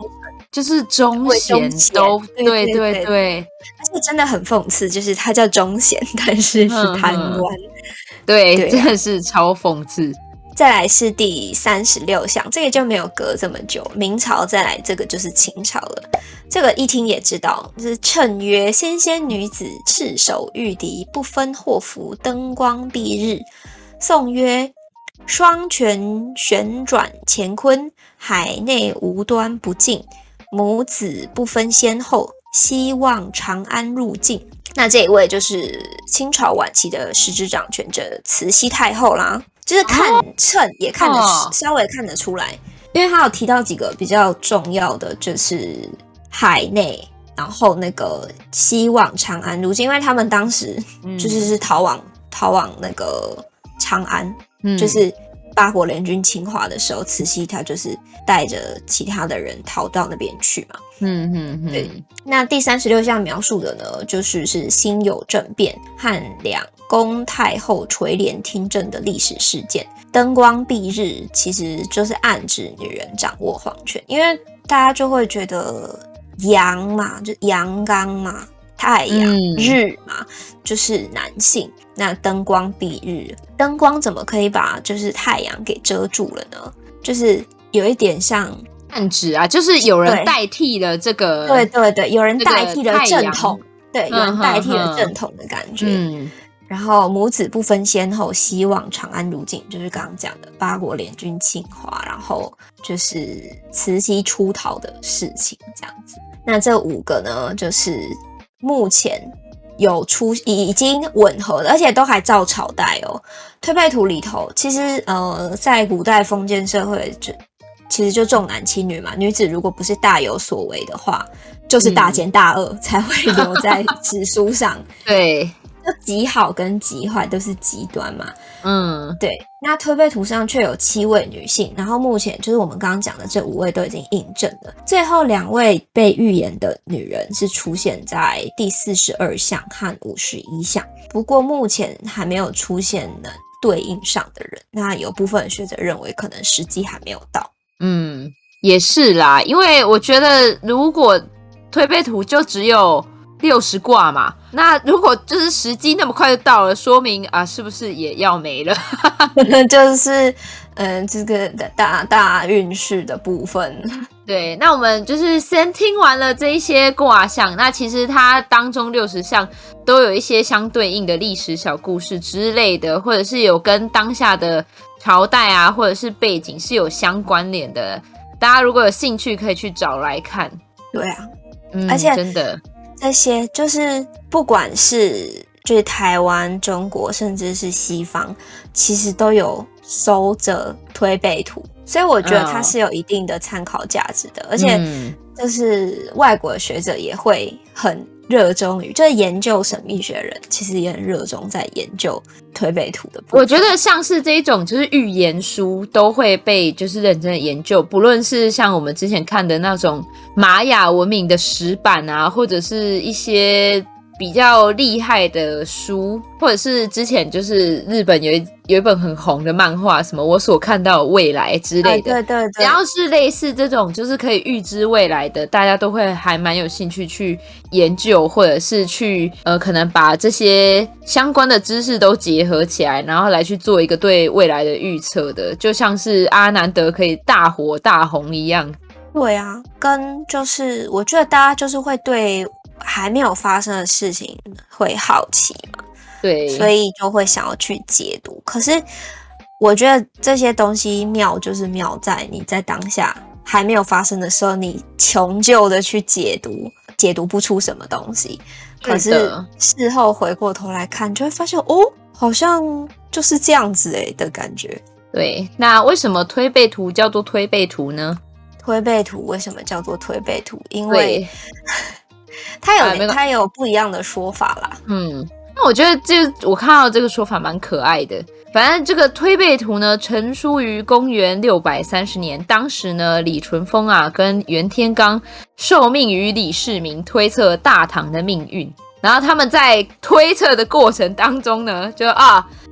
就是忠贤都对对对， 而且真的很讽刺，就是他叫忠贤，但是是贪官， 对，真的是超讽刺。 再来是第36项，这个就没有隔这么久，明朝再来这个就是清朝了。这个一听也知道，就是谶曰：纤纤女子赤手御敌，不分祸福，灯光蔽日。宋曰：双拳旋转乾坤，海内无端不尽，母子不分先后，希望长安入境。那这一位就是清朝晚期的实质掌权者慈禧太后啦。就是看谶也看得稍微看得出来，因为他有提到几个比较重要的，就是海内，然后那个希望长安入境，因为他们当时就是逃往那个长安，就是八国联军侵华的时候，慈禧她就是带着其他的人逃到那边去嘛。对。那第36项描述的呢，就是辛酉政变和两宫太后垂帘听政的历史事件。灯光蔽日其实就是暗指女人掌握皇权，因为大家就会觉得阳嘛，就阳刚嘛，太阳，日嘛，就是男性。那灯光蔽日，灯光怎么可以把就是太阳给遮住了呢？就是有一点像暗指啊，就是有人代替了这个， 对对对，有人代替了正统，对，有人代替了正统的感觉。然后母子不分先后，希望长安入境，就是刚刚讲的八国联军侵华，然后就是慈禧出逃的事情这样子。那这5个呢，就是目前有已经吻合的，而且都还照朝代哦。推背图里头，其实在古代封建社会其实就重男轻女嘛，女子如果不是大有所为的话，就是大奸大恶才会留在史书上。 对。 就极好跟极坏都是极端嘛，对。那推背图上却有7位女性，然后目前就是我们刚刚讲的这5位都已经印证了，最后2位被预言的女人是出现在第42项和51项，不过目前还没有出现能对应上的人，那有部分学者认为可能时机还没有到。 也是啦，因为我觉得如果推背图就只有60卦嘛，那如果就是时机那么快就到了，说明啊，是不是也要没了？ 就是这个大运势的部分。 对，那我们就是先听完了这一些卦象，那其实它当中60项都有一些相对应的历史小故事之类的，或者是有跟当下的朝代啊，或者是背景是有相关联的。大家如果有兴趣，可以去找来看。 对啊，而且真的。 这些就是不管是就是台湾、中国，甚至是西方，其实都有收着推背图，所以我觉得它是有一定的参考价值的。而且就是外国的学者也会很热衷于，就是研究神秘学人其实也很热衷在研究推背图的部分。 我觉得像是这一种就是预言书都会被就是认真的研究，不论是像我们之前看的那种玛雅文明的石板啊，或者是一些比较厉害的书，或者是之前就是日本有一本很红的漫画，什么我所看到的未来之类的， 对， 只要是类似这种就是可以预知未来的，大家都会还蛮有兴趣去研究，或者是去可能把这些相关的知识都结合起来，然后来去做一个对未来的预测的，就像是阿南德可以大火大红一样。 对啊，跟就是我觉得大家就是会对还没有发生的事情会好奇嘛， 对， 所以就会想要去解读。可是我觉得这些东西妙就是妙在你在当下还没有发生的时候，你穷究的去解读不出什么东西。可是事后回过头来看，就会发现哦，好像就是这样子的感觉。 对，那为什么推背图叫做推背图呢？ 推背图为什么叫做推背图？因为它有不一样的说法啦。 那我觉得我看到这个说法蛮可爱的。反正这个推背图呢，成书于公元630年。当时呢，李淳风啊跟袁天罡受命于李世民推测大唐的命运。然后他们在推测的过程当中呢，就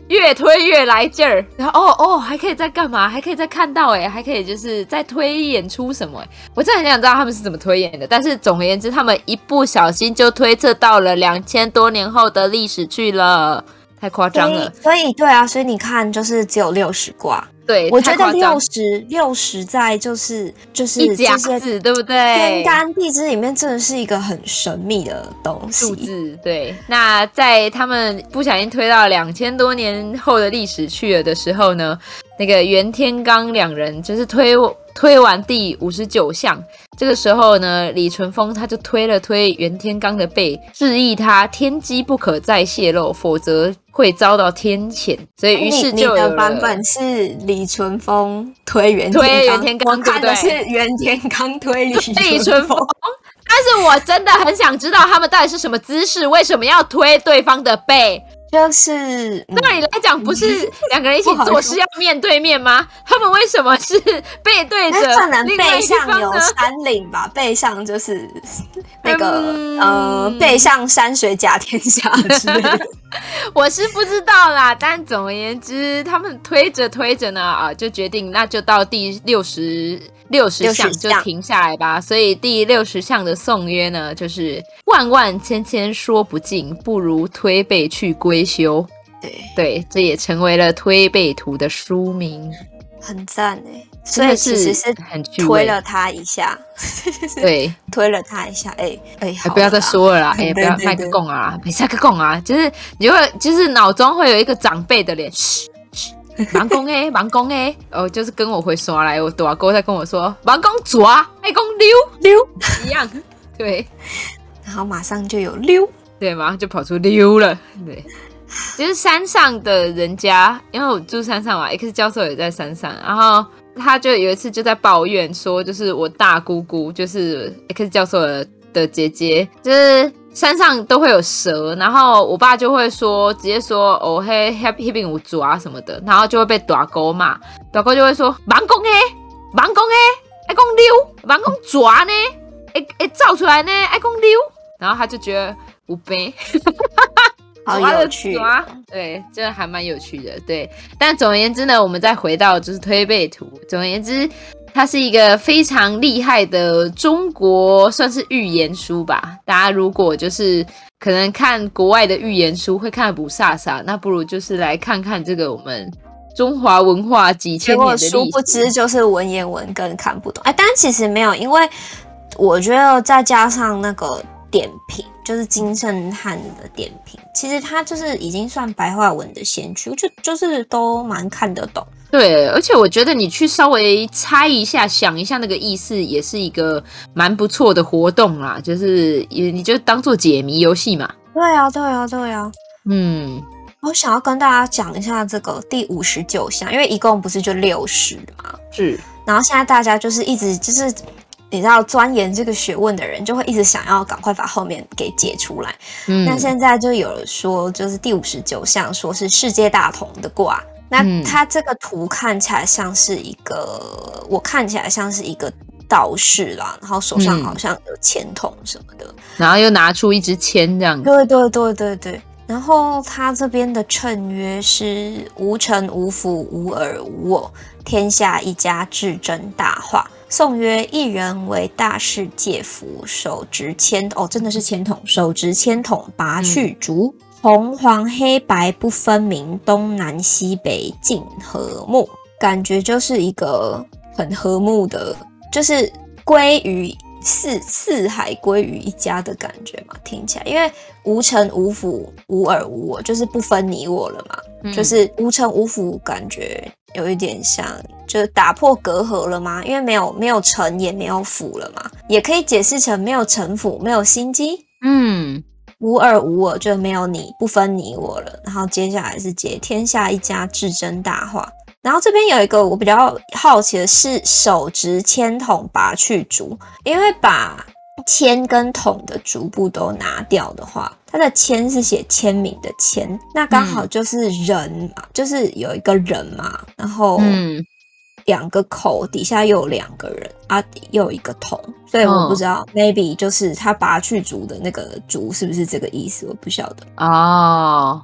越推越来劲儿，然后还可以再干嘛？还可以再看到还可以就是再推演出什么我真的很想知道他们是怎么推演的。但是总而言之，他们一不小心就推测到了2000多年后的历史去了，太夸张了。 所以对啊，所以你看，就是只有60卦。 对， 我觉得60在就是一甲子，对不对？ 天干地支里面真的是一个很神秘的东西。 数字对。那在他们不小心推到2000多年后的历史去了的时候呢，那个袁天罡两人就是推完第59项，这个时候呢，李淳风他就推袁天罡的背，示意他天机不可再泄露，否则会遭到天谴。所以于是就有了你的版本是李淳风推袁天罡，我看的是袁天罡推李淳风。 但是我真的很想知道他们到底是什么姿势，为什么要推对方的背？ 就是对你来讲，不是两个人一起做事要面对面吗？他们为什么是背对着？ 可能背上有山岭吧，背上就是那个背上山水甲天下之类的。 我是不知道啦，但总而言之，他们推着呢就决定那就到第60项就停下来吧。所以第60项的颂约呢，就是万万千千说不尽，不如推背去归休。对，这也成为了推背图的书名， 很赞所以其实是推了他一下， 对， 推了他一下， 不要再说了啦，不要麦克讲啊，别再讲啊，就是你会就是脑中会有一个长辈的脸，忙讲忙讲就是跟我回刷来，我大哥在跟我说，忙讲抓，爱讲溜一样，对， 然后马上就有溜， 对，马上就跑出溜了，对。就是山上的人家，因为我住山上嘛 ，X 教授也在山上，然后他就有一次就在抱怨说，就是我大姑姑，就是 X 教授的姐姐，就是山上都会有蛇，然后我爸就会说，直接说那边有抓什么的，然后就会被大哥骂，大哥就会说，忙讲爱讲溜，忙讲抓呢，会造出来呢，爱讲溜，然后他就觉得有病。 好有趣， 对，真的还蛮有趣的，对。但总而言之呢，我们再回到就是推背图。总而言之，它是一个非常厉害的中国算是寓言书吧。大家如果就是可能看国外的寓言书会看得不飒飒，那不如就是来看看这个我们中华文化几千年的历史。 殊不知就是文言文更看不懂。但其实没有，因为我觉得再加上那个点评，就是金圣汉的点评，其实他就是已经算白话文的先驱，就是都蛮看得懂。 对，而且我觉得你去稍微猜一下、想一下那个意思，也是一个蛮不错的活动啦。就是你就当做解谜游戏嘛。 对啊。我想要跟大家讲一下这个第59项，因为一共不是就60嘛。 是。 然后现在大家就是一直就是你知道钻研这个学问的人就会一直想要赶快把后面给解出来。那现在就有人说，就是第59项说是世界大同的卦。那它这个图看起来像是一个，我看起来像是一个道士啦，然后手上好像有签筒什么的， 然后又拿出一支签这样子。 对。然后他这边的谶曰是无臣无辅无尔无我，天下一家至真大化。颂曰：一人为大事介夫，手执签真的是签筒，手执签筒拔去竹，红黄黑白不分明，东南西北尽和睦。感觉就是一个很和睦的，就是归于四海归于一家的感觉嘛，听起来，因为无臣无辅无尔无我，就是不分你我了嘛，就是无臣无辅，感觉有一点像就是打破隔阂了吗？因为没有臣也没有辅了嘛，也可以解释成没有臣辅，没有心机。无尔无我就没有你，不分你我了。然后接下来是接天下一家至真大化。然后这边有一个我比较好奇的是，手执签筒拔去竹，因为把签跟筒的竹部都拿掉的话，它的签是写签名的签，那刚好就是人嘛，就是有一个人嘛，然后两个口底下又有2个人啊，又有一个筒，所以我不知道maybe 就是他拔去竹的那个竹是不是这个意思，我不晓得。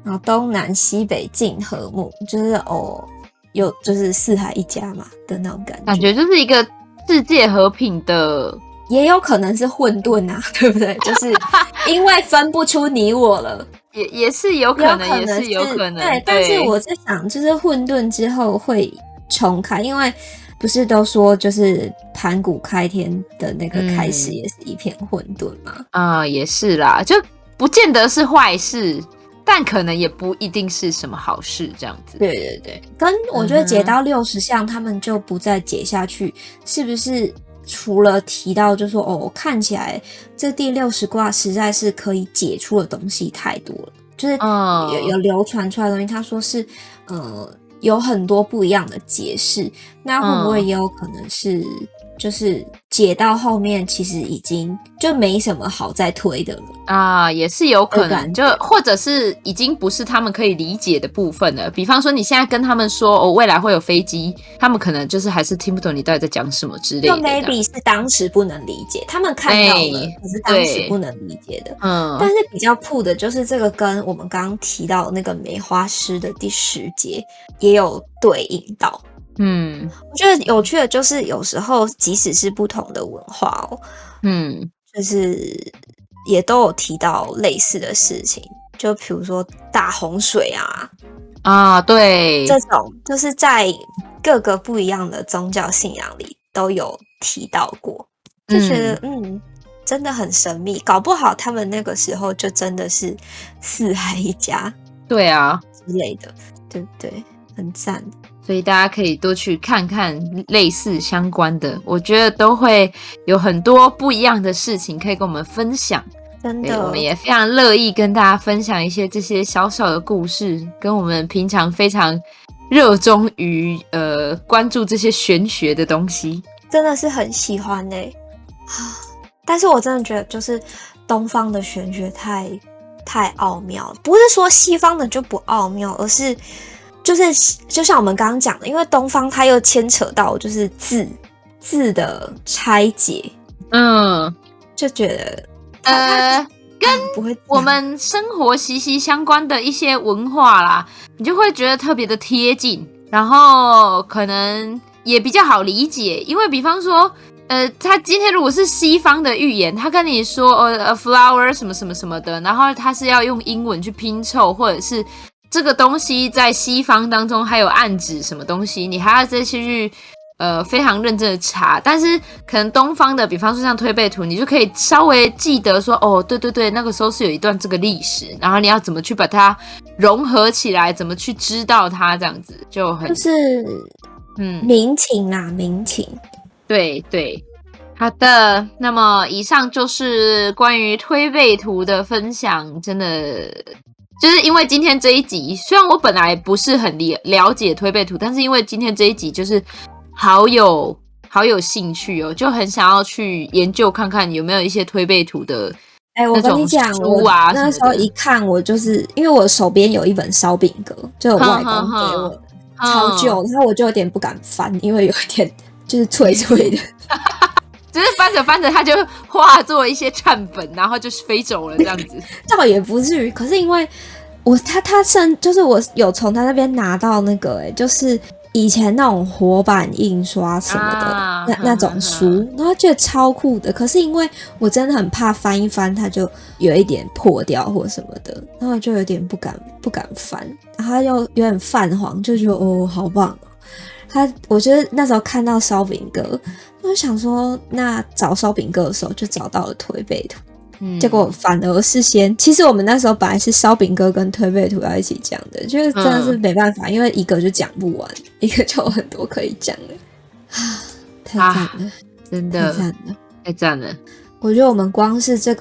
然后东南西北尽和睦，就是有就是四海一家嘛的那种感觉就是一个世界和平的， 也有可能是混沌啊，对不对？就是因为分不出你我了， 也是有可能，也是有可能。 对，但是我在想，就是混沌之后会重开，因为不是都说就是盘古开天的那个开始也是一片混沌嘛？ 也是啦，就不见得是坏事。但可能也不一定是什么好事，这样子。 对对对，跟我觉得解到60项，他们就不再解下去，是不是？除了提到就说看起来这第60卦实在是可以解出的东西太多了，就是有流传出来的东西，他说是有很多不一样的解释，那会不会也有可能是就是解到后面其实已经就没什么好再推的了也是有可能，就或者是已经不是他们可以理解的部分了。比方说你现在跟他们说未来会有飞机，他们可能就是还是听不懂你到底在讲什么之类的。 就 maybe 是当时不能理解，他们看到了，可是当时不能理解的。但是比较酷的就是这个跟我们刚刚提到那个梅花诗的第10节也有对应到。我觉得有趣的就是有时候即使是不同的文化就是也都有提到类似的事情，就比如说大洪水对， 这种就是在各个不一样的宗教信仰里都有提到过，就觉得真的很神秘，搞不好他们那个时候就真的是四海一家， 对啊之类的，对不对？很赞。 所以大家可以多去看看类似相关的，我觉得都会有很多不一样的事情可以跟我们分享。 真的， 我们也非常乐意跟大家分享一些这些小小的故事，跟我们平常非常热衷于关注这些玄学的东西， 真的是很喜欢但是我真的觉得就是东方的玄学太奥妙了，不是说西方的就不奥妙，而是就像我们刚刚讲的，因为东方它又牵扯到就是字的拆解，就觉得跟我们生活息息相关的一些文化啦，你就会觉得特别的贴近，然后可能也比较好理解。因为比方说他今天如果是西方的寓言，他跟你说a flower 什么什么什么的，然后他是要用英文去拼凑，或者是这个东西在西方当中还有暗指什么东西，你还要再去非常认真的查。但是可能东方的，比方说像推背图，你就可以稍微记得说对对对，那个时候是有一段这个历史，然后你要怎么去把它融合起来，怎么去知道它，这样子就很就是民情啦，民情。对对，好的，那么以上就是关于推背图的分享，真的就是因为今天这一集，虽然我本来不是很了解推背图，但是因为今天这一集就是好有兴趣就很想要去研究看看有没有一些推背图的我跟你讲，我那时候一看，我就是因为我手边有一本烧饼歌，就我外公给我超旧，然后我就有点不敢翻，因为有一点就是脆脆的。 只是翻着翻着，它就化作一些颤粉，然后就飞走了这样子。 倒也不至于，可是因为就是我有从他那边拿到那个就是以前那种活版印刷什么的那种书，然后觉得超酷的。可是因为我真的很怕翻一翻它就有一点破掉或什么的，然后就有点不敢翻，然后又有点泛黄，就觉得好棒我觉得那时候看到烧饼哥，我就想说，那找烧饼哥的时候就找到了推背图，结果反而是其实我们那时候本来是烧饼哥跟推背图要一起讲的，就是真的是没办法，因为一个就讲不完，一个就有很多可以讲的，太赞了， 真的太赞了， 太赞了！ 我觉得我们光是这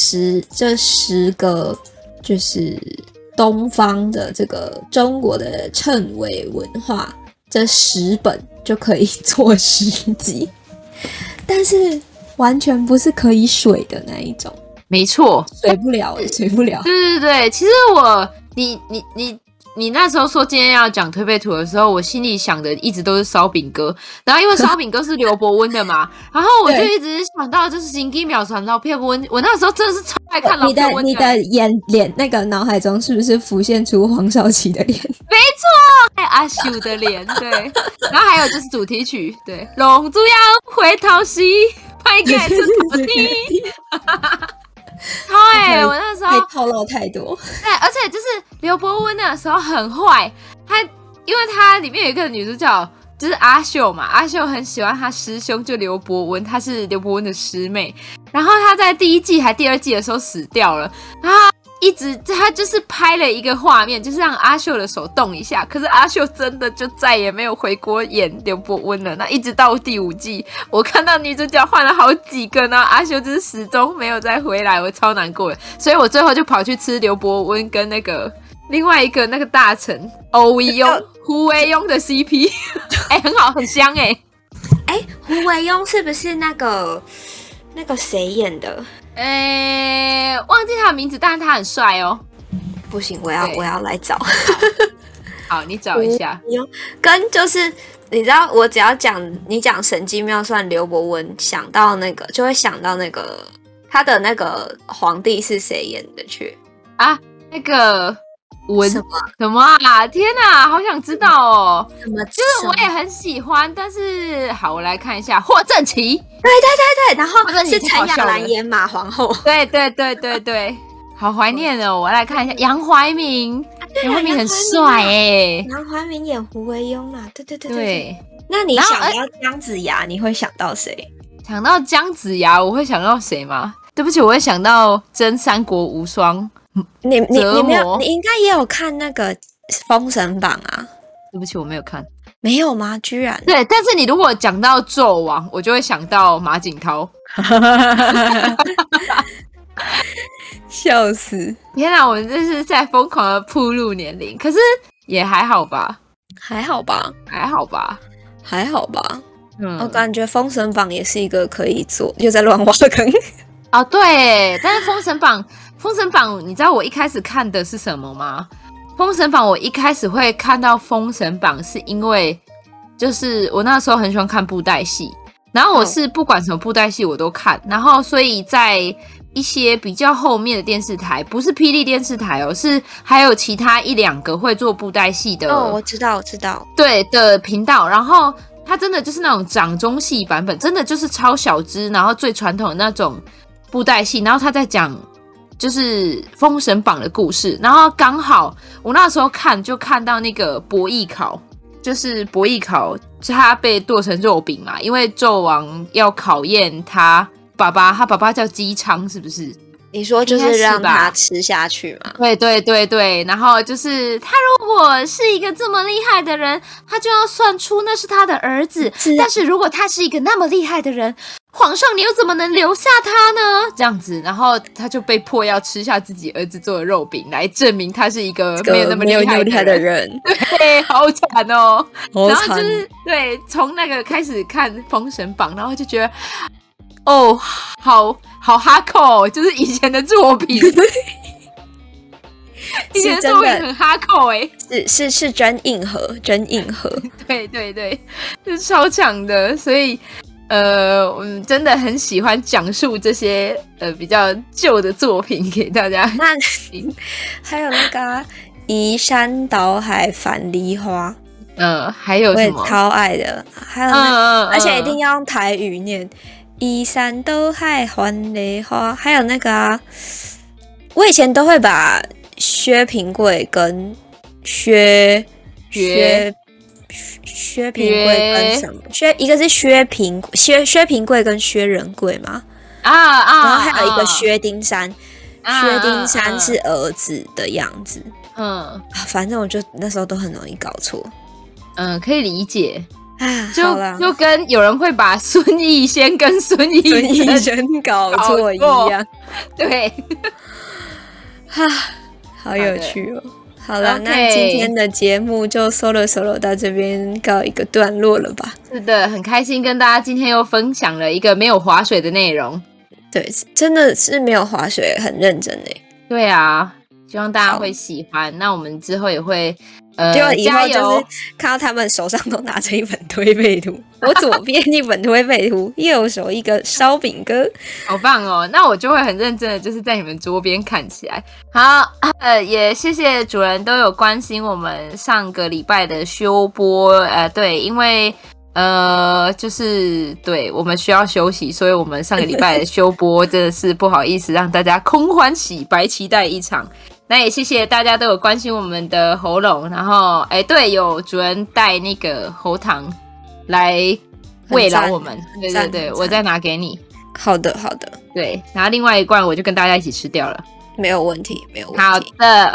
10个就是东方的这个中国的谶纬文化。这10本就可以做10集，但是完全不是可以水的那一种。 没错， 水不了。 对，其实你你那时候说今天要讲推背图的时候，我心里想的一直都是烧饼哥，然后因为烧饼哥是刘伯温的嘛，然后我就一直想到就是神机秒传老片温，我那时候真的是超爱看老片温的。 你的脸那个脑海中是不是浮现出黄少祺的脸？ 没错，阿秀的脸，对，然后还有就是主题曲，对，龙珠要回头时，拍给出头地。我那时候会透露太多。 对，而且就是刘伯温那时候很坏，因为他里面有一个女主角就是阿秀嘛，阿秀很喜欢他师兄就刘伯温，她是刘伯温的师妹，然后他在第1季还第2季的时候死掉了，然后他就是拍了一个画面，就是让阿秀的手动一下，可是阿秀真的就再也没有回国演刘伯温了。那一直到第5季，我看到女主角换了好几个，然后阿秀就是始终没有再回来，我超难过的。所以我最后就跑去吃刘伯温跟那个另外一个那个大臣欧维庸胡惟庸的 CP， 很好，很香胡惟庸是不是那个谁演的？ 忘记他的名字，但是他很帅哦。 不行，我要来找。 好，你找一下。 跟就是你知道，我只要你讲神机妙算刘伯温，想到那个就会想到那个他的那个皇帝是谁演的去啊？那个什么啊？天哪，好想知道哦！ 就是我也很喜欢，但是好，我来看一下霍正棋。 对，然后是陈雅兰演马皇后。 对，好怀念哦！我来看一下杨怀民，杨怀民很帅杨怀民演胡惟庸啦， 对。 那你想到姜子牙，你会想到谁？ 想到姜子牙，我会想到谁吗？对不起，我会想到真三国无双。 你没有？你应该也有看那个《封神榜》啊？ 对不起，我没有看。 没有吗？居然对，但是你如果讲到纣王，我就会想到马景涛。 笑死！ 天哪，我们这是在疯狂的暴露年龄，可是也还好吧？ 还好吧？我感觉《封神榜》也是一个可以做，又在乱挖坑。 哦，对，但是封神榜，你知道我一开始看的是什么吗？封神榜我一开始会看到封神榜，是因为就是我那时候很喜欢看布袋戏，然后我是不管什么布袋戏我都看，然后所以在一些比较后面的电视台，不是霹雳电视台哦，是还有其他1-2个会做布袋戏的。 我知道， 对的频道，然后它真的就是那种掌中戏版本，真的就是超小只，然后最传统的那种布袋戏，然后他在讲就是封神榜的故事，然后刚好我那时候看到那个伯邑考，就是伯邑考他被剁成肉饼嘛，因为纣王要考验他爸爸叫姬昌，是不是？ 你说就是让他吃下去嘛？ 对，然后就是他如果是一个这么厉害的人，他就要算出那是他的儿子，但是如果他是一个那么厉害的人，皇上你又怎么能留下他呢？这样子，然后他就被迫要吃下自己儿子做的肉饼，来证明他是一个没有那么厉害的人。对，好惨哦！然后就是对，从那个开始看《封神榜》，然后就觉得哦，好哈扣，就是以前的作品。以前的作品很哈扣是真硬核。 对，是超强的，所以我们真的很喜欢讲述这些比较旧的作品给大家。 那还有那个移山倒海返梨花， 还有什么？ 我也超爱的。还有而且一定要用台语念。移山倒海返梨花，还有那个我以前都会把薛平贵跟薛平贵跟什么一个是薛平贵跟薛仁贵嘛，然后还有一个薛丁山，薛丁山是儿子的样子，反正我就那时候都很容易搞错， 可以理解。 就跟有人会把孙逸仙跟孙逸仙搞错一样， 对， 好有趣哦。好了，那今天的节目就 solo 到这边告一个段落了吧？ 是的，很开心跟大家今天又分享了一个没有划水的内容。 对，真的是没有划水，很认真耶。 对啊， 希望大家会喜欢。那我们之后也会结果以后加油就是看到他们手上都拿着一本推背图，我左边一本推背图，右手一个烧饼哥， 好棒哦！那我就会很认真的，就是在你们桌边看起来。好，也谢谢主人都有关心我们上个礼拜的休播，对，因为就是对我们需要休息，所以我们上个礼拜的休播真的是不好意思让大家空欢喜白期待一场。那也谢谢大家都有关心我们的喉咙，然后对，有主人带那个喉糖来慰劳我们，对对对，我再拿给你。 好的好的， 对，然后另外一罐我就跟大家一起吃掉了。 没有问题没有问题。 好的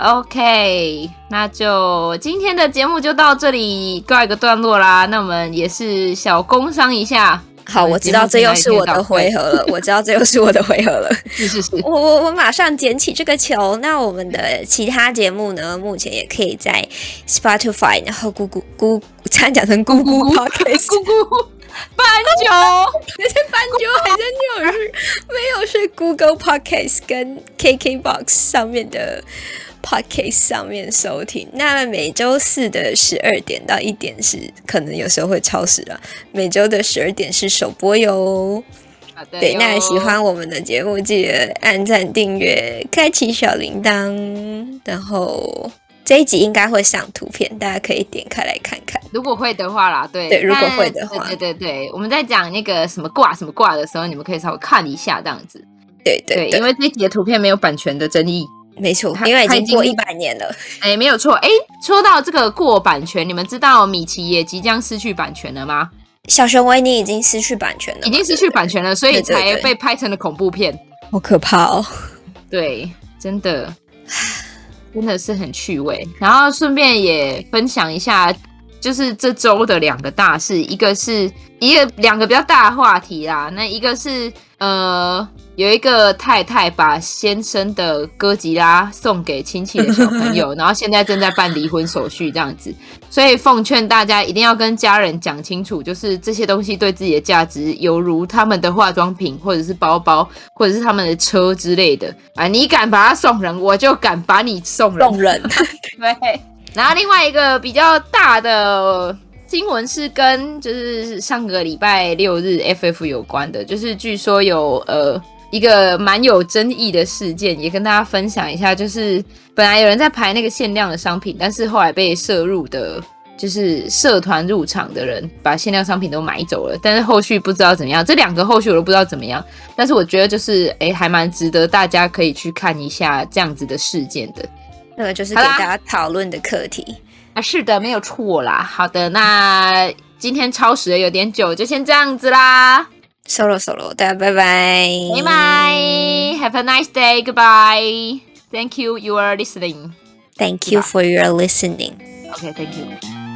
OK， 那就今天的节目就到这里告一个段落啦。那我们也是小工商一下。 好，我知道这又是我的回合了，我知道这又是我的回合了。 是我马上捡起这个球。那我们的其他节目呢，目前也可以在 Spotify， 然后差点讲成咕咕 Podcast， 咕咕斑鸠， 是斑鸠还是没有是 Google Podcast 跟 KKBox 上面的 Podcast 上面收听。那每周四的12点到1点是可能有时候会超时了，每周的12点是首播哟。 好的， 对，那喜欢我们的节目记得按赞订阅开启小铃铛，然后这一集应该会上图片，大家可以点开来看看。 如果会的话啦，对， 如果会的话， 对，我们在讲那个什么卦什么卦的时候，你们可以稍微看一下这样子。 对， 因为这一集的图片没有版权的争议。 没错，因为已经过100年了。 没有错。说到这个过版权，你们知道米奇也即将失去版权了吗？ 小熊维尼已经失去版权了， 已经失去版权了，所以才被拍成了恐怖片。 好可怕哦！对， 真的是很趣味。然后顺便也分享一下，就是这周的2个大事，两个比较大的话题啦。那一个是有一个太太把先生的哥吉拉送给亲戚的小朋友，然后现在正在办离婚手续这样子。所以奉劝大家一定要跟家人讲清楚，就是这些东西对自己的价值，犹如他们的化妆品或者是包包或者是他们的车之类的啊，你敢把它送人，我就敢把你送人。对。然后另外一个比较大的新闻是跟就是上个礼拜6日 FF 有关的，就是据说有一个蛮有争议的事件，也跟大家分享一下。就是本来有人在排那个限量的商品，但是后来被涉入的就是社团入场的人把限量商品都买走了，但是后续不知道怎么样。这2个后续我都不知道怎么样，但是我觉得就是还蛮值得大家可以去看一下这样子的事件的。 那个就是给大家讨论的课题啊，是的，没有错啦。好的，那今天超时了有点久，就先这样子啦。 Solo， 大家拜拜， 拜拜 ，Have a nice day, goodbye. Thank you, you are listening. Thank you for your listening. Okay, thank you.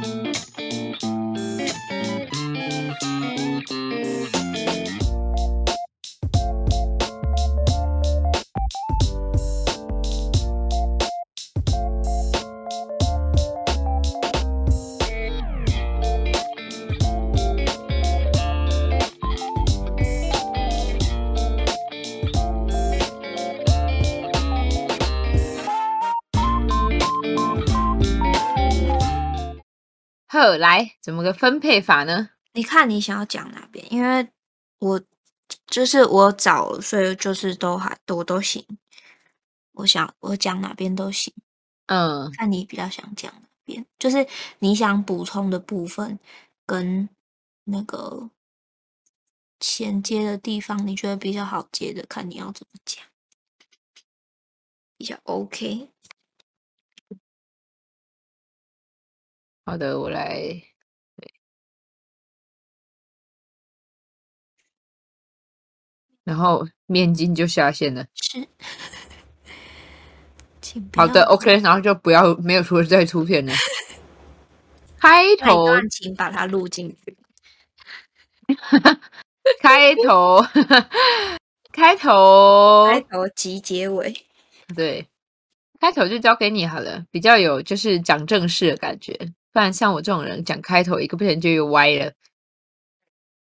好，来怎么个分配法呢？ 你看你想要讲哪边？因为我找了，所以就是都行。我讲哪边都行。看你比较想讲哪边，就是你想补充的部分跟那个衔接的地方，你觉得比较好接的，看你要怎么讲比较 OK。 好的，我来。然后面筋就下线了。 是。 好的 ，OK， 然后就没有再出片了。开头， 请把它录进去。 开头及结尾。 对，开头就交给你好了，比较有就是讲正事的感觉。不然像我这种人讲开头一个不小心就又歪了。